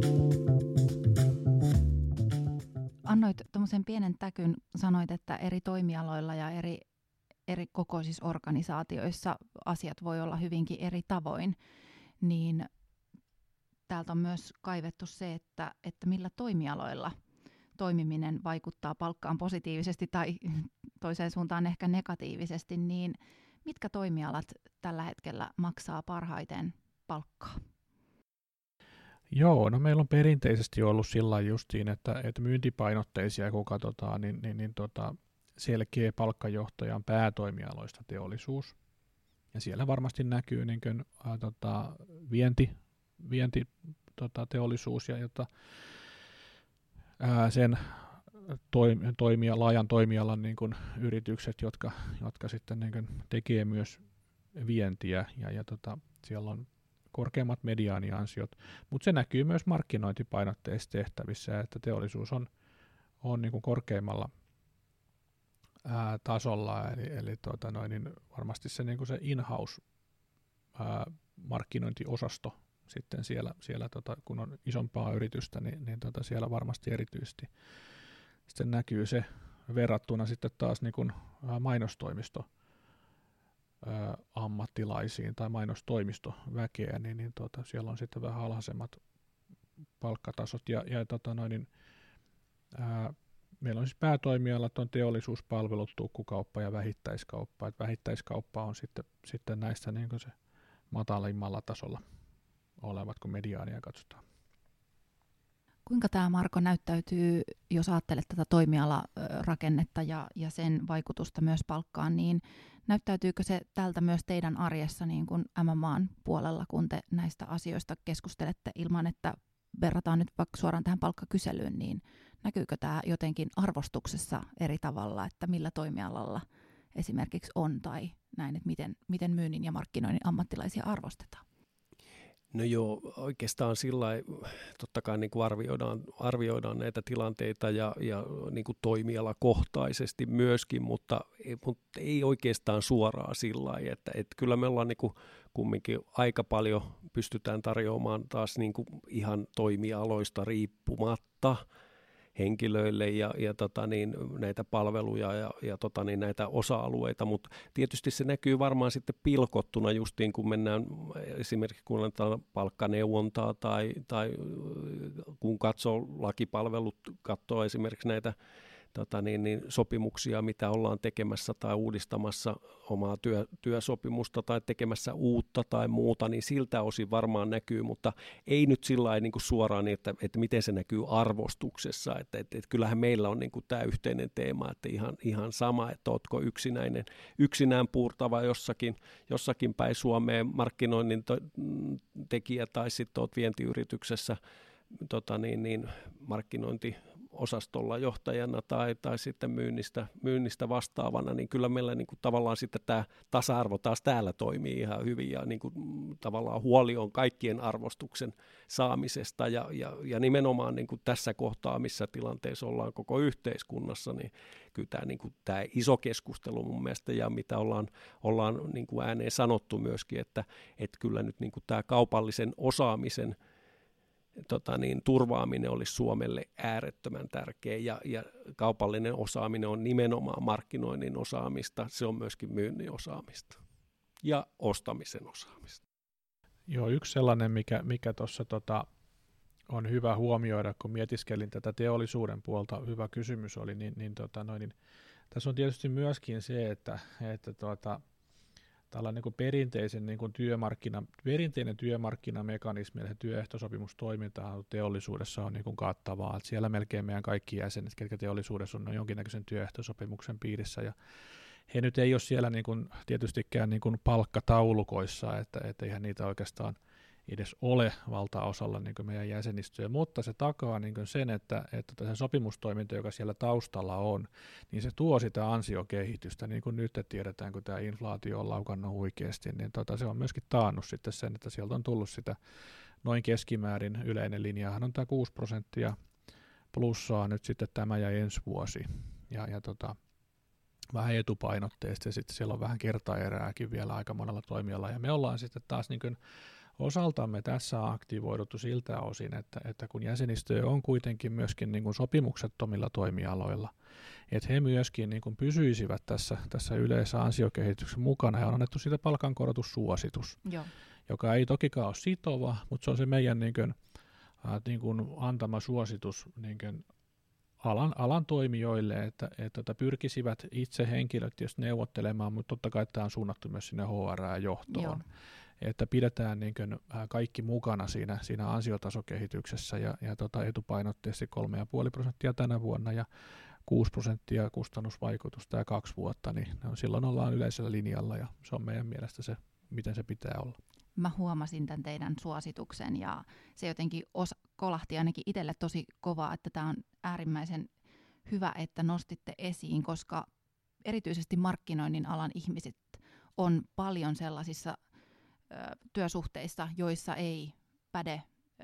Annoit tuommoisen pienen täkyn, sanoit, että eri toimialoilla ja eri, eri kokoisissa organisaatioissa asiat voi olla hyvinkin eri tavoin, niin täältä on myös kaivettu se, että, että millä toimialoilla toimiminen vaikuttaa palkkaan positiivisesti tai toiseen suuntaan ehkä negatiivisesti, niin mitkä toimialat tällä hetkellä maksaa parhaiten palkkaa? Joo, no meillä on perinteisesti ollut sillä justiin, että, että myyntipainotteisia, kun katsotaan, niin, niin, niin tota, selkeä palkkajohtajan päätoimialoista teollisuus. Ja siellä varmasti näkyy niin kuin, ää, tota, vienti, vienti tota, teollisuus ja jota, ää, sen toimia, laajan toimialan niin kuin yritykset, jotka, jotka sitten niin kuin tekee myös vientiä ja, ja tota, siellä on korkeammat mediaaniansiot, mutta se näkyy myös markkinointipainotteissa tehtävissä, että teollisuus on, on niin kuin korkeimmalla ää, tasolla, eli, eli tuota noin, niin varmasti se, niin kuin se in-house ää, markkinointiosasto sitten siellä, siellä tota, kun on isompaa yritystä, niin, niin tota, siellä varmasti erityisesti sitten näkyy se verrattuna sitten taas niin kuin mainostoimisto ammattilaisiin tai mainostoimistoväkeä, niin, niin tota, siellä on sitten vähän alhaisemmat palkkatasot. Ja, ja tota noin, niin, ää, meillä on siis päätoimialat on teollisuuspalvelut, tukkukauppa ja vähittäiskauppa. Et vähittäiskauppa on sitten, sitten näistä niin kuin se matalimmalla tasolla olevat, kun mediaania katsotaan. Kuinka tämä, Marko, näyttäytyy, jos ajattelet tätä toimialarakennetta ja, ja sen vaikutusta myös palkkaan, niin näyttäytyykö se tältä myös teidän arjessa niin kuin M M A:n puolella, kun te näistä asioista keskustelette ilman, että verrataan nyt vaikka suoraan tähän palkkakyselyyn, niin näkyykö tämä jotenkin arvostuksessa eri tavalla, että millä toimialalla esimerkiksi on tai näin, että miten, miten myynnin ja markkinoinnin ammattilaisia arvostetaan? No joo, oikeastaan sillä totta kai niin kuin arvioidaan, arvioidaan näitä tilanteita ja, ja niin kuin toimialakohtaisesti myöskin, mutta, mutta ei oikeastaan suoraan sillä lailla, että, että kyllä me ollaan niin kuin kumminkin aika paljon pystytään tarjoamaan taas niin kuin ihan toimialoista riippumatta henkilöille ja, ja tota niin, näitä palveluja ja, ja tota niin, näitä osa-alueita, mutta tietysti se näkyy varmaan sitten pilkottuna justiin, kun mennään esimerkiksi kun annetaan palkkaneuvontaa tai, tai kun katsoo lakipalvelut, katsoo esimerkiksi näitä tota niin, niin, sopimuksia, mitä ollaan tekemässä tai uudistamassa omaa työ, työsopimusta tai tekemässä uutta tai muuta, niin siltä osin varmaan näkyy, mutta ei nyt sillä lailla niin kuin suoraan, että, että miten se näkyy arvostuksessa. Että, että, että kyllähän meillä on niin kuin tämä yhteinen teema, että ihan, ihan sama, että ootko yksinäinen, yksinään puurtava jossakin, jossakin päin Suomeen markkinoinnin to, tekijä tai sitten oot vientiyrityksessä tota niin, niin, markkinointi osastolla johtajana tai, tai sitten myynnistä, myynnistä vastaavana, niin kyllä meillä niin kuin tavallaan sitten tämä tasa-arvo taas täällä toimii ihan hyvin ja niin kuin tavallaan huoli on kaikkien arvostuksen saamisesta ja, ja, ja nimenomaan niin kuin tässä kohtaa, missä tilanteessa ollaan koko yhteiskunnassa, niin kyllä tämä, niin kuin tämä iso keskustelu mun mielestä ja mitä ollaan, ollaan niin kuin ääneen sanottu myöskin, että, että kyllä nyt niin kuin tämä kaupallisen osaamisen Tota niin, turvaaminen olisi Suomelle äärettömän tärkeä ja, ja kaupallinen osaaminen on nimenomaan markkinoinnin osaamista, se on myöskin myynnin osaamista ja ostamisen osaamista. Joo, yksi sellainen, mikä, mikä tuossa tota, on hyvä huomioida, kun mietiskelin tätä teollisuuden puolta, hyvä kysymys oli, niin, niin, tota, noin, niin tässä on tietysti myöskin se, että, että tota, tällainen niin kuin perinteisen niin kuin työmarkkina, perinteinen työmarkkinamekanismi ja työehtosopimustoiminta teollisuudessa on niin kuin kattavaa. Että siellä melkein meidän kaikki jäsenet, ketkä teollisuudessa on, on jonkinnäköisen työehtosopimuksen piirissä. Ja he nyt ei ole siellä niin kuin, tietystikään niin kuin palkkataulukoissa, että, että eihän niitä oikeastaan edes ole valtaosalla niin kuin meidän jäsenistöjä, mutta se takaa niin kuin sen, että, että se sopimustoiminta, joka siellä taustalla on, niin se tuo sitä ansiokehitystä, niin kuin nyt tiedetään, kun tämä inflaatio on laukannut huikeasti, niin tota, se on myöskin taannut sitten sen, että sieltä on tullut sitä noin keskimäärin yleinen linjahan on tämä kuusi prosenttia plussaa nyt sitten tämä ja ensi vuosi, ja, ja tota, vähän etupainotteista, ja sitten siellä on vähän kertaerääkin vielä aika monella toimialalla, ja me ollaan sitten taas niin kuin osaltamme tässä aktivoiduttu siltä osin, että, että kun jäsenistöjä on kuitenkin myöskin niin kuin sopimuksettomilla toimialoilla, että he myöskin niin kuin pysyisivät tässä, tässä yleisessä ansiokehityksessä mukana ja on annettu siitä palkankorotussuositus, Joo. joka ei tokikaan ole sitova, mutta se on se meidän niin kuin, äh, niin kuin antama suositus niin kuin alan, alan toimijoille, että, että, että pyrkisivät itse henkilöt tietysti neuvottelemaan, mutta totta kai tämä on suunnattu myös sinne H R-johtoon. Joo. Että pidetään niin kuin kaikki mukana siinä, siinä ansiotasokehityksessä ja, ja tota etupainotteisesti kolme pilkku viisi prosenttia tänä vuonna ja kuusi prosenttia kustannusvaikutusta ja kaksi vuotta, niin no, silloin ollaan yleisellä linjalla ja se on meidän mielestä se, miten se pitää olla. Mä huomasin tämän teidän suosituksen ja se jotenkin os- kolahti ainakin itselle tosi kovaa, että tämä on äärimmäisen hyvä, että nostitte esiin, koska erityisesti markkinoinnin alan ihmiset on paljon sellaisissa työsuhteissa, joissa ei päde,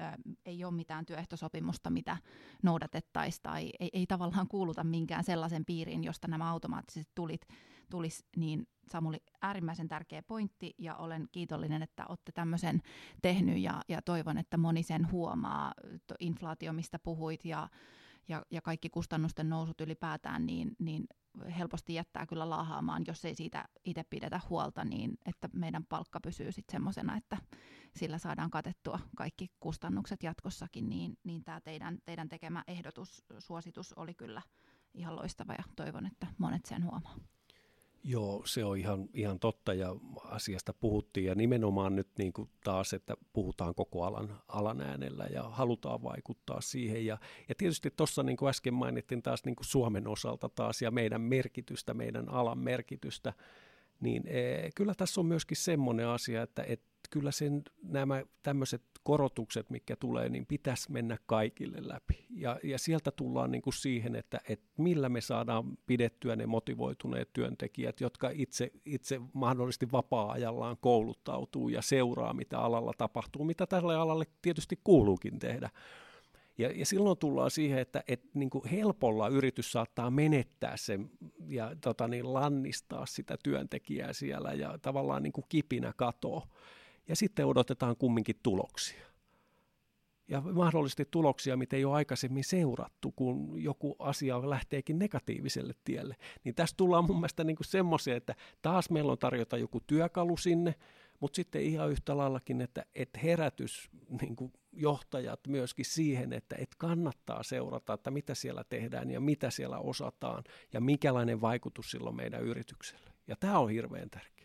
ei ole mitään työehtosopimusta, mitä noudatettaisiin tai ei, ei tavallaan kuuluta minkään sellaisen piiriin, josta nämä automaattisesti tulit, tulis, niin Samuli, äärimmäisen tärkeä pointti ja olen kiitollinen, että olette tämmöisen tehnyt ja, ja toivon, että moni sen huomaa, inflaatio, mistä puhuit ja, ja, ja kaikki kustannusten nousut ylipäätään, niin, niin helposti jättää kyllä laahaamaan, jos ei siitä itse pidetä huolta, niin että meidän palkka pysyy sitten semmoisena, että sillä saadaan katettua kaikki kustannukset jatkossakin, niin, niin tämä teidän, teidän tekemä ehdotus, suositus oli kyllä ihan loistava ja toivon, että monet sen huomaa. Joo, se on ihan, ihan totta ja asiasta puhuttiin ja nimenomaan nyt niin kuin taas, että puhutaan koko alan, alan äänellä ja halutaan vaikuttaa siihen. Ja, ja tietysti tuossa niin kuin äsken mainittiin taas niin kuin Suomen osalta taas ja meidän merkitystä, meidän alan merkitystä, niin e, kyllä tässä on myöskin semmoinen asia, että et, kyllä sen, nämä tämmöiset korotukset, mitkä tulee, niin pitäisi mennä kaikille läpi. Ja, ja sieltä tullaan niin kuin siihen, että, että millä me saadaan pidettyä ne motivoituneet työntekijät, jotka itse, itse mahdollisesti vapaa-ajallaan kouluttautuu ja seuraa, mitä alalla tapahtuu, mitä tälle alalle tietysti kuuluukin tehdä. Ja, ja silloin tullaan siihen, että, että niin kuin helpolla yritys saattaa menettää sen ja tota niin, lannistaa sitä työntekijää siellä ja tavallaan niin kuin kipinä katoo. Ja sitten odotetaan kumminkin tuloksia. Ja mahdollisesti tuloksia, mitä ei ole aikaisemmin seurattu, kun joku asia lähteekin negatiiviselle tielle. Niin tässä tullaan mun mielestä niin kuin semmoiseen, että taas meillä on tarjota joku työkalu sinne, mutta sitten ihan yhtä laillakin, että, että herätys niin kuin johtajat myöskin siihen, että, että kannattaa seurata, että mitä siellä tehdään ja mitä siellä osataan ja mikälainen vaikutus sillä on meidän yritykselle. Ja tämä on hirveän tärkeä.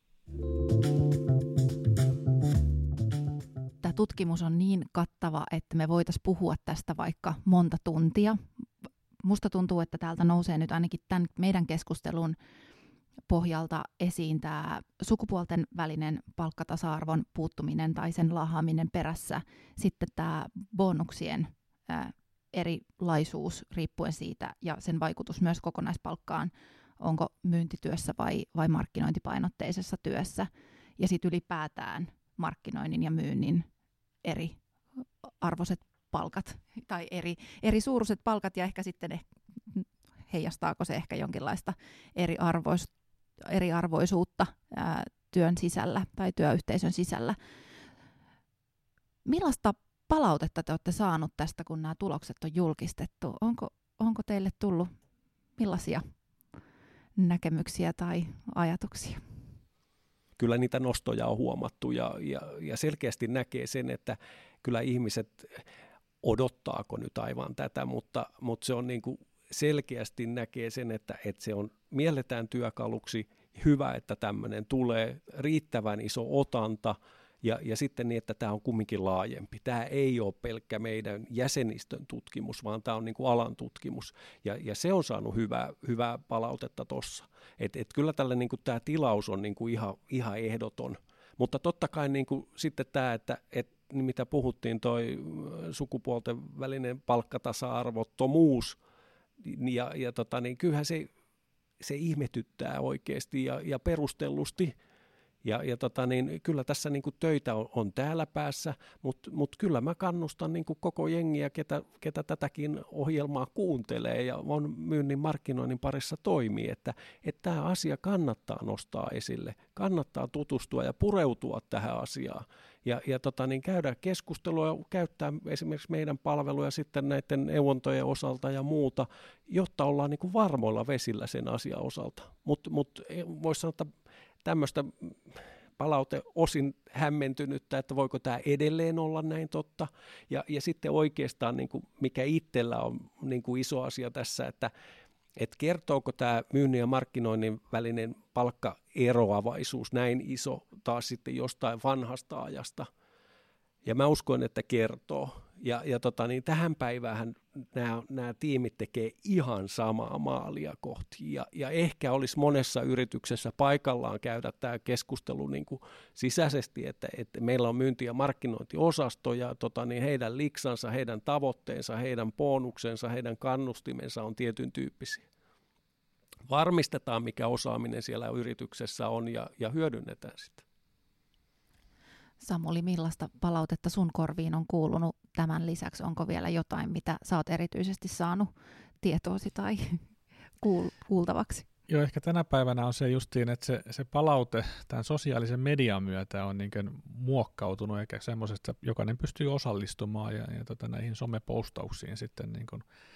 Tämä tutkimus on niin kattava, että me voitaisiin puhua tästä vaikka monta tuntia. Musta tuntuu, että täältä nousee nyt ainakin tämän meidän keskustelun pohjalta esiin tämä sukupuolten välinen palkkatasa-arvon puuttuminen tai sen laahaaminen perässä. Sitten tämä bonuksien ää, erilaisuus riippuen siitä ja sen vaikutus myös kokonaispalkkaan, onko myyntityössä vai, vai markkinointipainotteisessa työssä. Ja sitten ylipäätään markkinoinnin ja myynnin eri arvoiset palkat tai eri, eri suuruiset palkat ja ehkä sitten eh, heijastaako se ehkä jonkinlaista eri, arvois, eriarvoisuutta ää, työn sisällä tai työyhteisön sisällä. Millaista palautetta te olette saanut tästä, kun nämä tulokset on julkistettu? Onko, onko teille tullut millaisia näkemyksiä tai ajatuksia? Kyllä niitä nostoja on huomattu ja, ja, ja selkeästi näkee sen, että kyllä ihmiset odottaako nyt aivan tätä, mutta, mutta se on niin kuin selkeästi näkee sen, että, että se on mielletään työkaluksi, hyvä, että tämmöinen tulee, riittävän iso otanta ja, ja sitten niin, että tämä on kumminkin laajempi. Tämä ei ole pelkkä meidän jäsenistön tutkimus, vaan tämä on niin kuin alan tutkimus ja, ja se on saanut hyvää, hyvää palautetta tuossa. Et, et kyllä tälle niin kuin tämä tilaus on niin kuin ihan, ihan ehdoton, mutta totta kai niin kuin sitten tämä, että et, mitä puhuttiin, toi sukupuolten välinen palkkatasa-arvottomuus, ja, ja tota, niin kyllähän se, se ihmetyttää oikeasti ja, ja perustellusti. Ja, ja tota, niin, kyllä tässä niin kuin töitä on, on täällä päässä, mutta mut kyllä mä kannustan niin kuin koko jengiä, ketä, ketä tätäkin ohjelmaa kuuntelee ja on myynnin markkinoinnin parissa toimii, että että tämä asia kannattaa nostaa esille, kannattaa tutustua ja pureutua tähän asiaan. Ja, ja tota, niin käydä keskustelua ja käyttää esimerkiksi meidän palveluja sitten näiden neuvontojen osalta ja muuta, jotta ollaan niin kuin varmoilla vesillä sen asian osalta. Mutta mut, voisi sanoa, että tämmöistä palaute osin hämmentynyttä, että voiko tämä edelleen olla näin totta. Ja, ja sitten oikeastaan, niin kuin mikä itsellä on niin kuin iso asia tässä, että et kertooko tämä myynnin ja markkinoinnin välinen palkkaeroavaisuus näin iso taas sitten jostain vanhasta ajasta. Ja mä uskon, että kertoo. Ja, ja tota, niin tähän päivään nämä, nämä tiimit tekee ihan samaa maalia kohti. Ja, ja ehkä olisi monessa yrityksessä paikallaan käydä tämä keskustelu niin kuin sisäisesti, että, että meillä on myynti- ja markkinointiosasto ja tota, niin heidän liksansa, heidän tavoitteensa, heidän bonuksensa, heidän kannustimensa on tietyn tyyppisiä. Varmistetaan, mikä osaaminen siellä yrityksessä on ja, ja hyödynnetään sitä. Samuli, millaista palautetta sun korviin on kuulunut tämän lisäksi? Onko vielä jotain, mitä sä oot erityisesti saanut tietoosi tai kuul- kuultavaksi? Joo, ehkä tänä päivänä on se justiin, että se, se palaute tämän sosiaalisen median myötä on niin kuin muokkautunut, eikä semmoisesta, että jokainen pystyy osallistumaan ja, ja tota, näihin somepostauksiin sitten niin kuin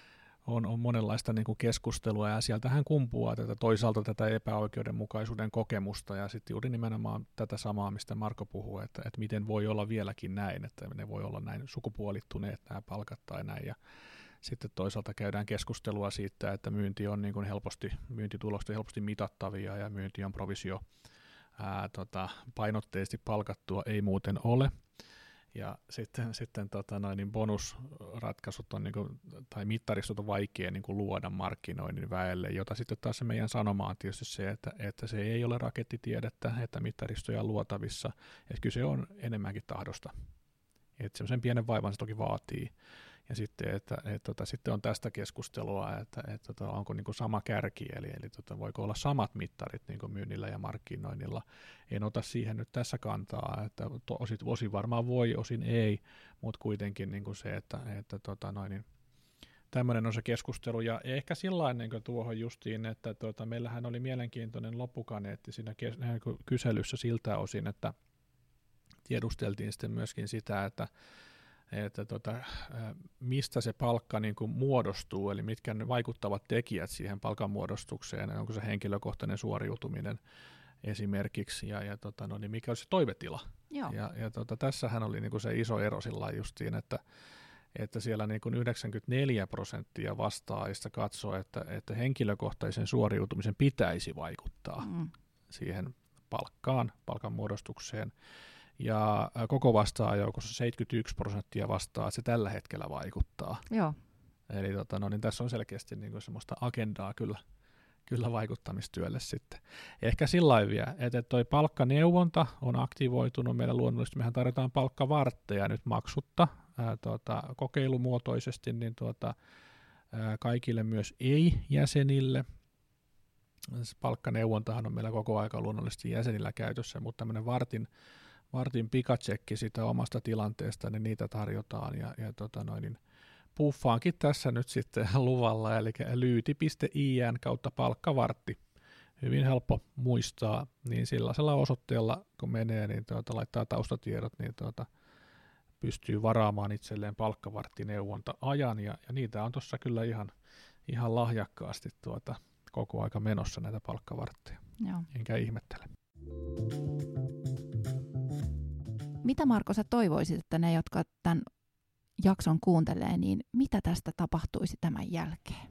on, on monenlaista niin kuin keskustelua, ja sieltähän kumpuaa tätä, toisaalta tätä epäoikeudenmukaisuuden kokemusta, ja sitten juuri nimenomaan tätä samaa, mistä Marko puhuu, että, että miten voi olla vieläkin näin, että ne voi olla näin sukupuolittuneet nämä palkat tai näin, ja sitten toisaalta käydään keskustelua siitä, että myynti on niin kuin helposti, myyntitulokset on helposti mitattavia, ja myynti on provisio ää, tota, painotteisesti palkattua, ei muuten ole. Ja sitten, sitten tota noin, niin bonusratkaisut on, niin kuin, tai mittaristot on vaikea niin kuin luoda markkinoinnin väelle, jota sitten taas se meidän sanoma on tietysti se, että, että se ei ole rakettitiedettä, että mittaristoja on luotavissa, että kyse on enemmänkin tahdosta. Että semmoisen pienen vaivan se toki vaatii. Ja sitten, että, että, että, sitten on tästä keskustelua, että, että, että onko niin kuin sama kärki, eli, eli että voiko olla samat mittarit niin kuin myynnillä ja markkinoinnilla. En ota siihen nyt tässä kantaa, että osin, osin varmaan voi, osin ei, mutta kuitenkin niin kuin se, että, että tota noin, niin tämmöinen on se keskustelu. Ja ehkä sillain niin tuohon justiin, että tuota, meillähän oli mielenkiintoinen loppukaneetti siinä kes- kyselyssä siltä osin, että tiedusteltiin sitten myöskin sitä, että että tota, mistä se palkka niin kuin muodostuu, eli mitkä ne vaikuttavat tekijät siihen palkanmuodostukseen, onko se henkilökohtainen suoriutuminen esimerkiksi, ja, ja tota, no, niin mikä on se toivetila. Joo. Ja, ja tota, tässähän oli niin kuin se iso ero sillä justiin, että, että siellä niin kuin yhdeksänkymmentäneljä prosenttia vastaajista katsoo, että, että henkilökohtaisen suoriutumisen pitäisi vaikuttaa mm. siihen palkkaan, palkanmuodostukseen. Ja koko vastaajoukossa seitsemänkymmentäyksi prosenttia vastaa, että se tällä hetkellä vaikuttaa. Joo. Eli tota, no, niin tässä on selkeästi niin kuin semmoista agendaa kyllä, kyllä vaikuttamistyölle sitten. Ehkä sillä vielä, että toi palkkaneuvonta on aktivoitunut meillä luonnollisesti. Mehän tarjotaan palkkavartteja nyt maksutta ää, tota, kokeilumuotoisesti niin tuota, ää, kaikille myös ei-jäsenille. Palkkaneuvontahan on meillä koko aika luonnollisesti jäsenillä käytössä, mutta tämmöinen vartin Vartin pikatsekki sitä omasta tilanteesta, niin niitä tarjotaan, ja, ja tota noin, niin puffaankin tässä nyt sitten luvalla, eli lyyti piste i n kautta palkkavartti. Hyvin helppo muistaa, niin sellaisella osoitteella, kun menee, niin tuota, laittaa taustatiedot, niin tuota, pystyy varaamaan itselleen palkkavarttineuvonta-ajan, ja, ja niitä on tuossa kyllä ihan, ihan lahjakkaasti tuota, koko aika menossa näitä palkkavartteja, Joo. enkä ihmettele. Mitä Marko sä toivoisit, että ne, jotka tämän jakson kuuntelee, niin mitä tästä tapahtuisi tämän jälkeen?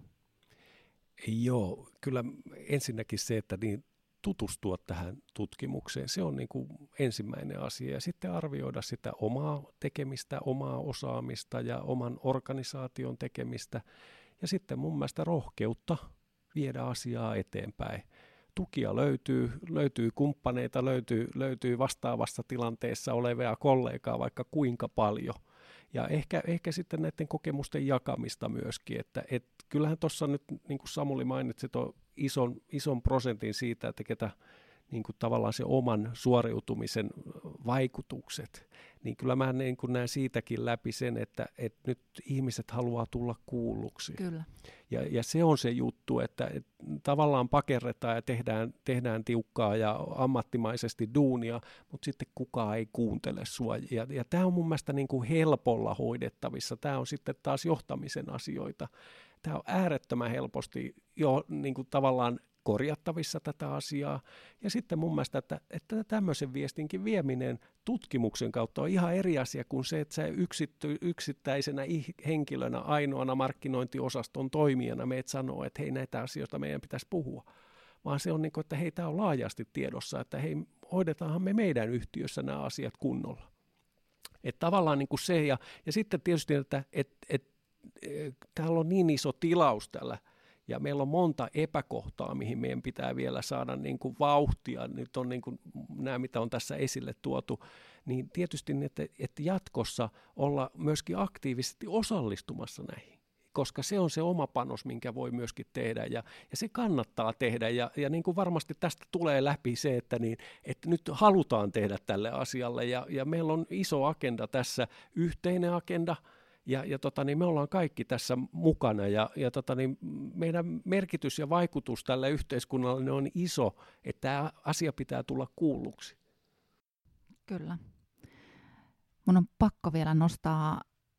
Joo, kyllä ensinnäkin se, että niin tutustua tähän tutkimukseen, se on niin kuin ensimmäinen asia. Ja sitten arvioida sitä omaa tekemistä, omaa osaamista ja oman organisaation tekemistä. Ja sitten mun mielestä rohkeutta viedä asiaa eteenpäin. Tukia löytyy, löytyy kumppaneita, löytyy, löytyy vastaavassa tilanteessa olevia kollegaa vaikka kuinka paljon. Ja ehkä, ehkä sitten näiden kokemusten jakamista myöskin, että et kyllähän tuossa nyt, niin kuin Samuli mainitsi, tuon ison, ison prosentin siitä, että ketä niin kuin tavallaan se oman suoriutumisen vaikutukset, niin kyllä mä niin kuin näen siitäkin läpi sen, että, että nyt ihmiset haluaa tulla kuulluksi. Kyllä. Ja, ja se on se juttu, että, että tavallaan pakerretaan ja tehdään, tehdään tiukkaa ja ammattimaisesti duunia, mutta sitten kukaan ei kuuntele sua. Ja, ja tämä on mun mielestä niin kuin helpolla hoidettavissa. Tämä on sitten taas johtamisen asioita. Tämä on äärettömän helposti jo niin kuin tavallaan korjattavissa tätä asiaa. Ja sitten mun mielestä, että, että tämmöisen viestinkin vieminen tutkimuksen kautta on ihan eri asia kuin se, että sä yksitty, yksittäisenä henkilönä ainoana markkinointiosaston toimijana meet sanoo, että hei, näitä asioita meidän pitäisi puhua. Vaan se on niin kuin, että hei, tämä on laajasti tiedossa, että hei, hoidetaanhan me meidän yhtiössä nämä asiat kunnolla. Että tavallaan niin kuin se, ja, ja sitten tietysti, että et, et, et, täällä on niin iso tilaus tällä, ja meillä on monta epäkohtaa, mihin meidän pitää vielä saada niin kuin vauhtia. Nyt on niin kuin nämä, mitä on tässä esille tuotu. Niin tietysti, että, että jatkossa olla myöskin aktiivisesti osallistumassa näihin. Koska se on se oma panos, minkä voi myöskin tehdä. Ja, ja se kannattaa tehdä. Ja, ja niin kuin varmasti tästä tulee läpi se, että, niin, että nyt halutaan tehdä tälle asialle. Ja, ja meillä on iso agenda tässä, yhteinen agenda. Ja, ja tota, niin me ollaan kaikki tässä mukana, ja, ja tota, niin meidän merkitys ja vaikutus tälle yhteiskunnalle on iso, että tämä asia pitää tulla kuulluksi. Kyllä. Mun on pakko vielä nostaa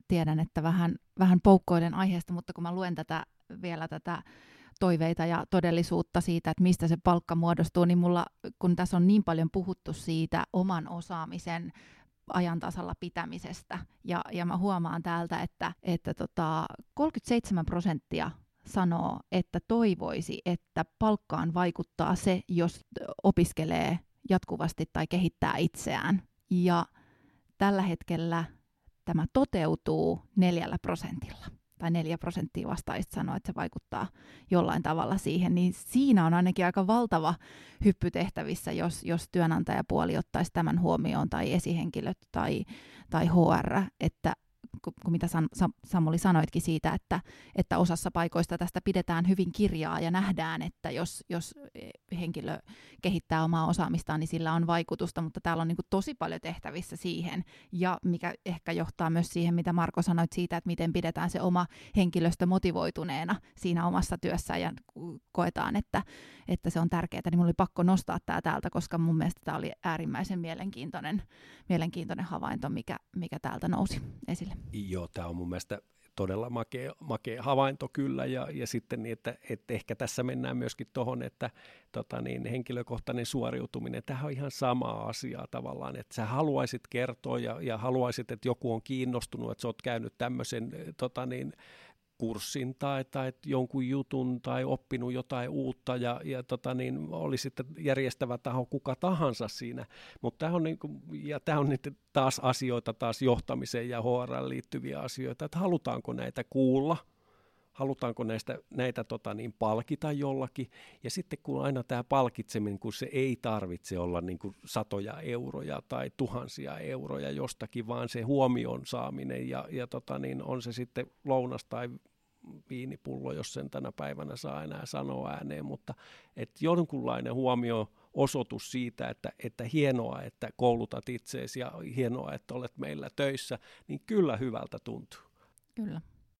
tiedän, että vähän, vähän poukkoilen aiheesta, mutta kun mä luen tätä, vielä tätä toiveita ja todellisuutta siitä, että mistä se palkka muodostuu, niin mulla, kun tässä on niin paljon puhuttu siitä oman osaamisen ajan tasalla pitämisestä, ja, ja mä huomaan täältä, että, että tota, kolmekymmentäseitsemän prosenttia sanoo, että toivoisi, että palkkaan vaikuttaa se, jos opiskelee jatkuvasti tai kehittää itseään. Ja tällä hetkellä tämä toteutuu neljällä prosentilla. Tai neljä prosenttia vastaajista sanoo, että se vaikuttaa jollain tavalla siihen, niin siinä on ainakin aika valtava hyppy tehtävissä, jos, jos työnantajapuoli ottaisi tämän huomioon, tai esihenkilöt tai, tai H R, että kun mitä Sam, Sam, Samuli sanoitkin siitä, että, että osassa paikoista tästä pidetään hyvin kirjaa ja nähdään, että jos, jos henkilö kehittää omaa osaamistaan, niin sillä on vaikutusta, mutta täällä on niin kuin tosi paljon tehtävissä siihen, ja mikä ehkä johtaa myös siihen, mitä Marko sanoit siitä, että miten pidetään se oma henkilöstö motivoituneena siinä omassa työssään ja koetaan, että, että se on tärkeää, niin minulla oli pakko nostaa tämä täältä, koska mun mielestä tämä oli äärimmäisen mielenkiintoinen, mielenkiintoinen havainto, mikä, mikä täältä nousi esille. Joo, tämä on mun mielestä todella makea, makea havainto kyllä, ja, ja sitten niin, että, että ehkä tässä mennään myöskin tuohon, että tota niin, henkilökohtainen suoriutuminen, tämähän on ihan samaa asiaa tavallaan, että sä haluaisit kertoa ja, ja haluaisit, että joku on kiinnostunut, että sä oot käynyt tämmöisen tota niin, kurssin tai, tai jonkun jutun tai oppinut jotain uutta ja, ja tota niin, oli sitten järjestävä taho kuka tahansa siinä, mutta tämä on, niin kuin, ja tämä on nyt taas asioita taas johtamiseen ja H R:ään liittyviä asioita, että halutaanko näitä kuulla, halutaanko näistä, näitä tota niin, palkita jollakin, ja sitten kun aina tämä palkitseminen, kun se ei tarvitse olla niin kuin satoja euroja tai tuhansia euroja jostakin, vaan se huomion saaminen, ja, ja tota niin, on se sitten lounas tai viinipullo, jos sen tänä päivänä saa enää sanoa ääneen, mutta että jonkunlainen huomio osoitus siitä, että, että hienoa, että koulutat itseesi ja hienoa, että olet meillä töissä, niin kyllä hyvältä tuntuu. Kyllä.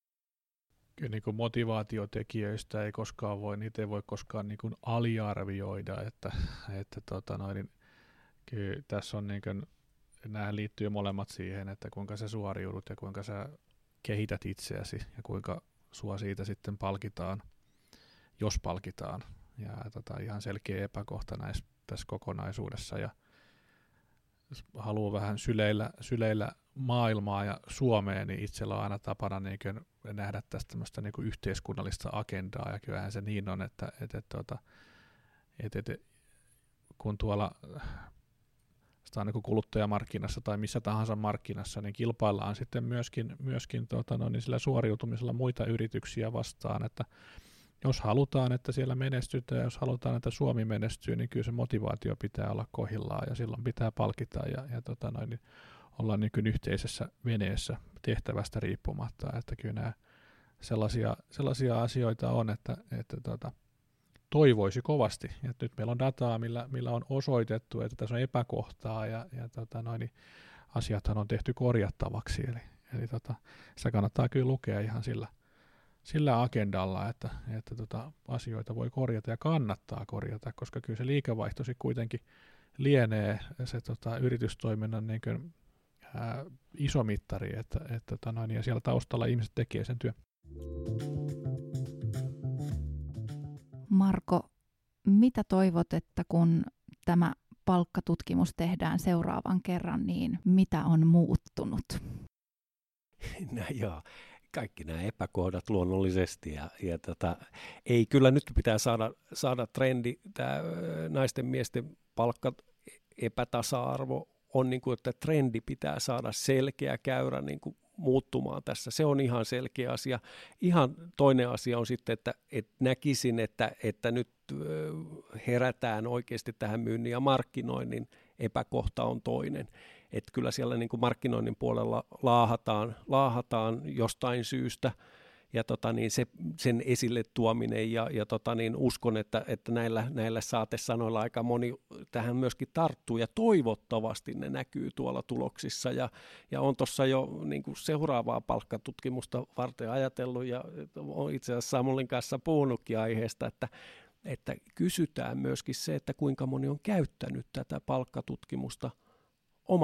Kyllä niin kuin motivaatiotekijöistä ei koskaan voi, niitä ei voi koskaan niin kuin aliarvioida, että, että tota noin, kyllä tässä on niin kuin, nämä liittyy molemmat siihen, että kuinka sä suoriudut ja kuinka sä kehität itseäsi ja kuinka sua siitä sitten palkitaan, jos palkitaan. Ja tota, ihan selkeä epäkohta näissä, tässä kokonaisuudessa. Ja haluaa vähän syleillä, syleillä maailmaa ja Suomea, niin itsellä on aina tapana niin kuin nähdä tästä tämmöistä niin kuin yhteiskunnallista agendaa, ja kyllähän se niin on, että, että, että, että, että kun tuolla sitä niin kuin kuluttajamarkkinassa tai missä tahansa markkinassa, niin kilpaillaan sitten myöskin, myöskin tota, no, niin sillä suoriutumisella muita yrityksiä vastaan, että jos halutaan, että siellä menestytään, jos halutaan, että Suomi menestyy, niin kyllä se motivaatio pitää olla kohdillaan ja silloin pitää palkita ja, ja tota noin, niin olla niin kuin yhteisessä veneessä tehtävästä riippumatta. Että kyllä nämä sellaisia, sellaisia asioita on, että, että tota, toivoisi kovasti. Ja nyt meillä on dataa, millä, millä on osoitettu, että tässä on epäkohtaa ja, ja tota noin, niin asiathan on tehty korjattavaksi. Eli, eli tota, sitä kannattaa kyllä lukea ihan sillä sillä agendalla, että, että tota, asioita voi korjata ja kannattaa korjata, koska kyllä se liikevaihto kuitenkin lienee se tota, yritystoiminnan niin kuin, ää, iso mittari, että, että, että noin, ja siellä taustalla ihmiset tekee sen työn. Marko, mitä toivot, että kun tämä palkkatutkimus tehdään seuraavan kerran, niin mitä on muuttunut? No joo. Kaikki nämä epäkohdat luonnollisesti ja, ja tota, ei kyllä nyt pitää saada, saada trendi, tämä naisten miesten palkka epätasa-arvo on niin kuin, että trendi pitää saada selkeä käyrä niin kuin muuttumaan tässä. Se on ihan selkeä asia. Ihan toinen asia on sitten, että, että näkisin, että, että nyt herätään oikeasti tähän myynnin ja markkinoinnin epäkohta on toinen. Että kyllä siellä niin kuin markkinoinnin puolella laahataan, laahataan jostain syystä, ja tota niin, se, sen esille tuominen, ja, ja tota niin, uskon, että, että näillä, näillä saatesanoilla aika moni tähän myöskin tarttuu, ja toivottavasti ne näkyy tuolla tuloksissa, ja, ja on tuossa jo niin kuin seuraavaa palkkatutkimusta varten ajatellut, ja olen itse asiassa Samulin kanssa puhunutkin aiheesta, että että kysytään myöskin se, että kuinka moni on käyttänyt tätä palkkatutkimusta omassa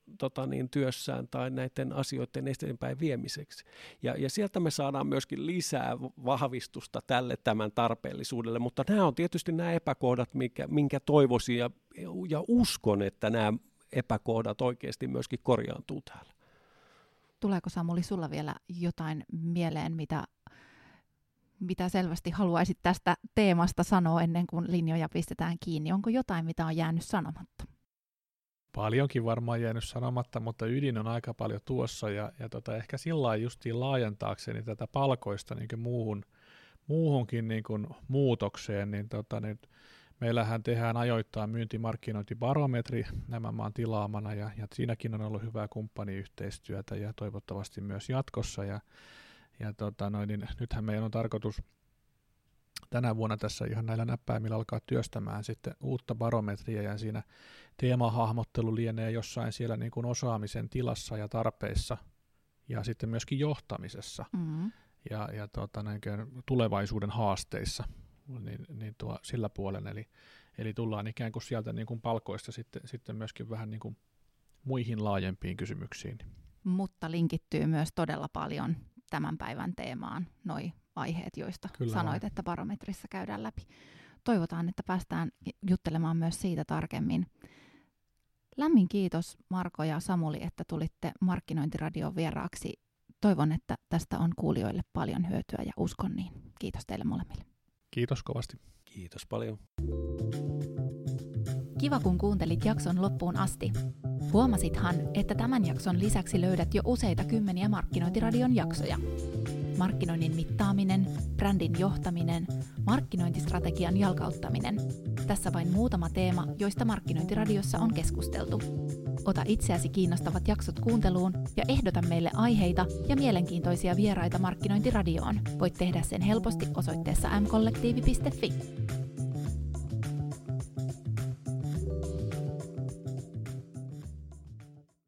tota niin, työssään tai näiden asioiden eteenpäin viemiseksi. Ja, ja sieltä me saadaan myöskin lisää vahvistusta tälle tämän tarpeellisuudelle, mutta nämä on tietysti nämä epäkohdat, minkä, minkä toivoisin ja, ja uskon, että nämä epäkohdat oikeasti myöskin korjaantuu täällä. Tuleeko Samuli sulla vielä jotain mieleen, mitä, mitä selvästi haluaisit tästä teemasta sanoa ennen kuin linjoja pistetään kiinni? Onko jotain, mitä on jäänyt sanomatta? Paljonkin varmaan jäänyt sanomatta, mutta ydin on aika paljon tuossa ja, ja tota, ehkä sillä lailla justiin laajentaakseni tätä palkoista niin muuhun, muuhunkin niin kuin muutokseen, niin, tota, niin meillähän tehdään ajoittain myyntimarkkinointibarometri nämä maan tilaamana ja, ja siinäkin on ollut hyvää kumppaniyhteistyötä ja toivottavasti myös jatkossa ja, ja tota, noin, niin nythän meidän on tarkoitus tänä vuonna tässä ihan näillä näppäimillä alkaa työstämään sitten uutta barometria ja siinä teemahahmottelu lienee jossain siellä niin kuin osaamisen tilassa ja tarpeissa ja sitten myöskin johtamisessa mm-hmm. ja, ja tota, tulevaisuuden haasteissa niin, niin tuo, sillä puolella. Eli, eli tullaan ikään kuin sieltä niin kuin palkoista sitten, sitten myöskin vähän niin kuin muihin laajempiin kysymyksiin. Mutta linkittyy myös todella paljon tämän päivän teemaan noi aiheet, joista Kyllä sanoit, on. että barometrissa käydään läpi. Toivotaan, että päästään juttelemaan myös siitä tarkemmin. Lämmin kiitos Marko ja Samuli, että tulitte Markkinointiradion vieraaksi. Toivon, että tästä on kuulijoille paljon hyötyä ja uskon niin. Kiitos teille molemmille. Kiitos kovasti. Kiitos paljon. Kiva, kun kuuntelit jakson loppuun asti. Huomasithan, että tämän jakson lisäksi löydät jo useita kymmeniä Markkinointiradion jaksoja. Markkinoinnin mittaaminen, brändin johtaminen, markkinointistrategian jalkauttaminen. Tässä vain muutama teema, joista Markkinointiradiossa on keskusteltu. Ota itseäsi kiinnostavat jaksot kuunteluun ja ehdota meille aiheita ja mielenkiintoisia vieraita Markkinointiradioon. Voit tehdä sen helposti osoitteessa m kollektiivi piste fi.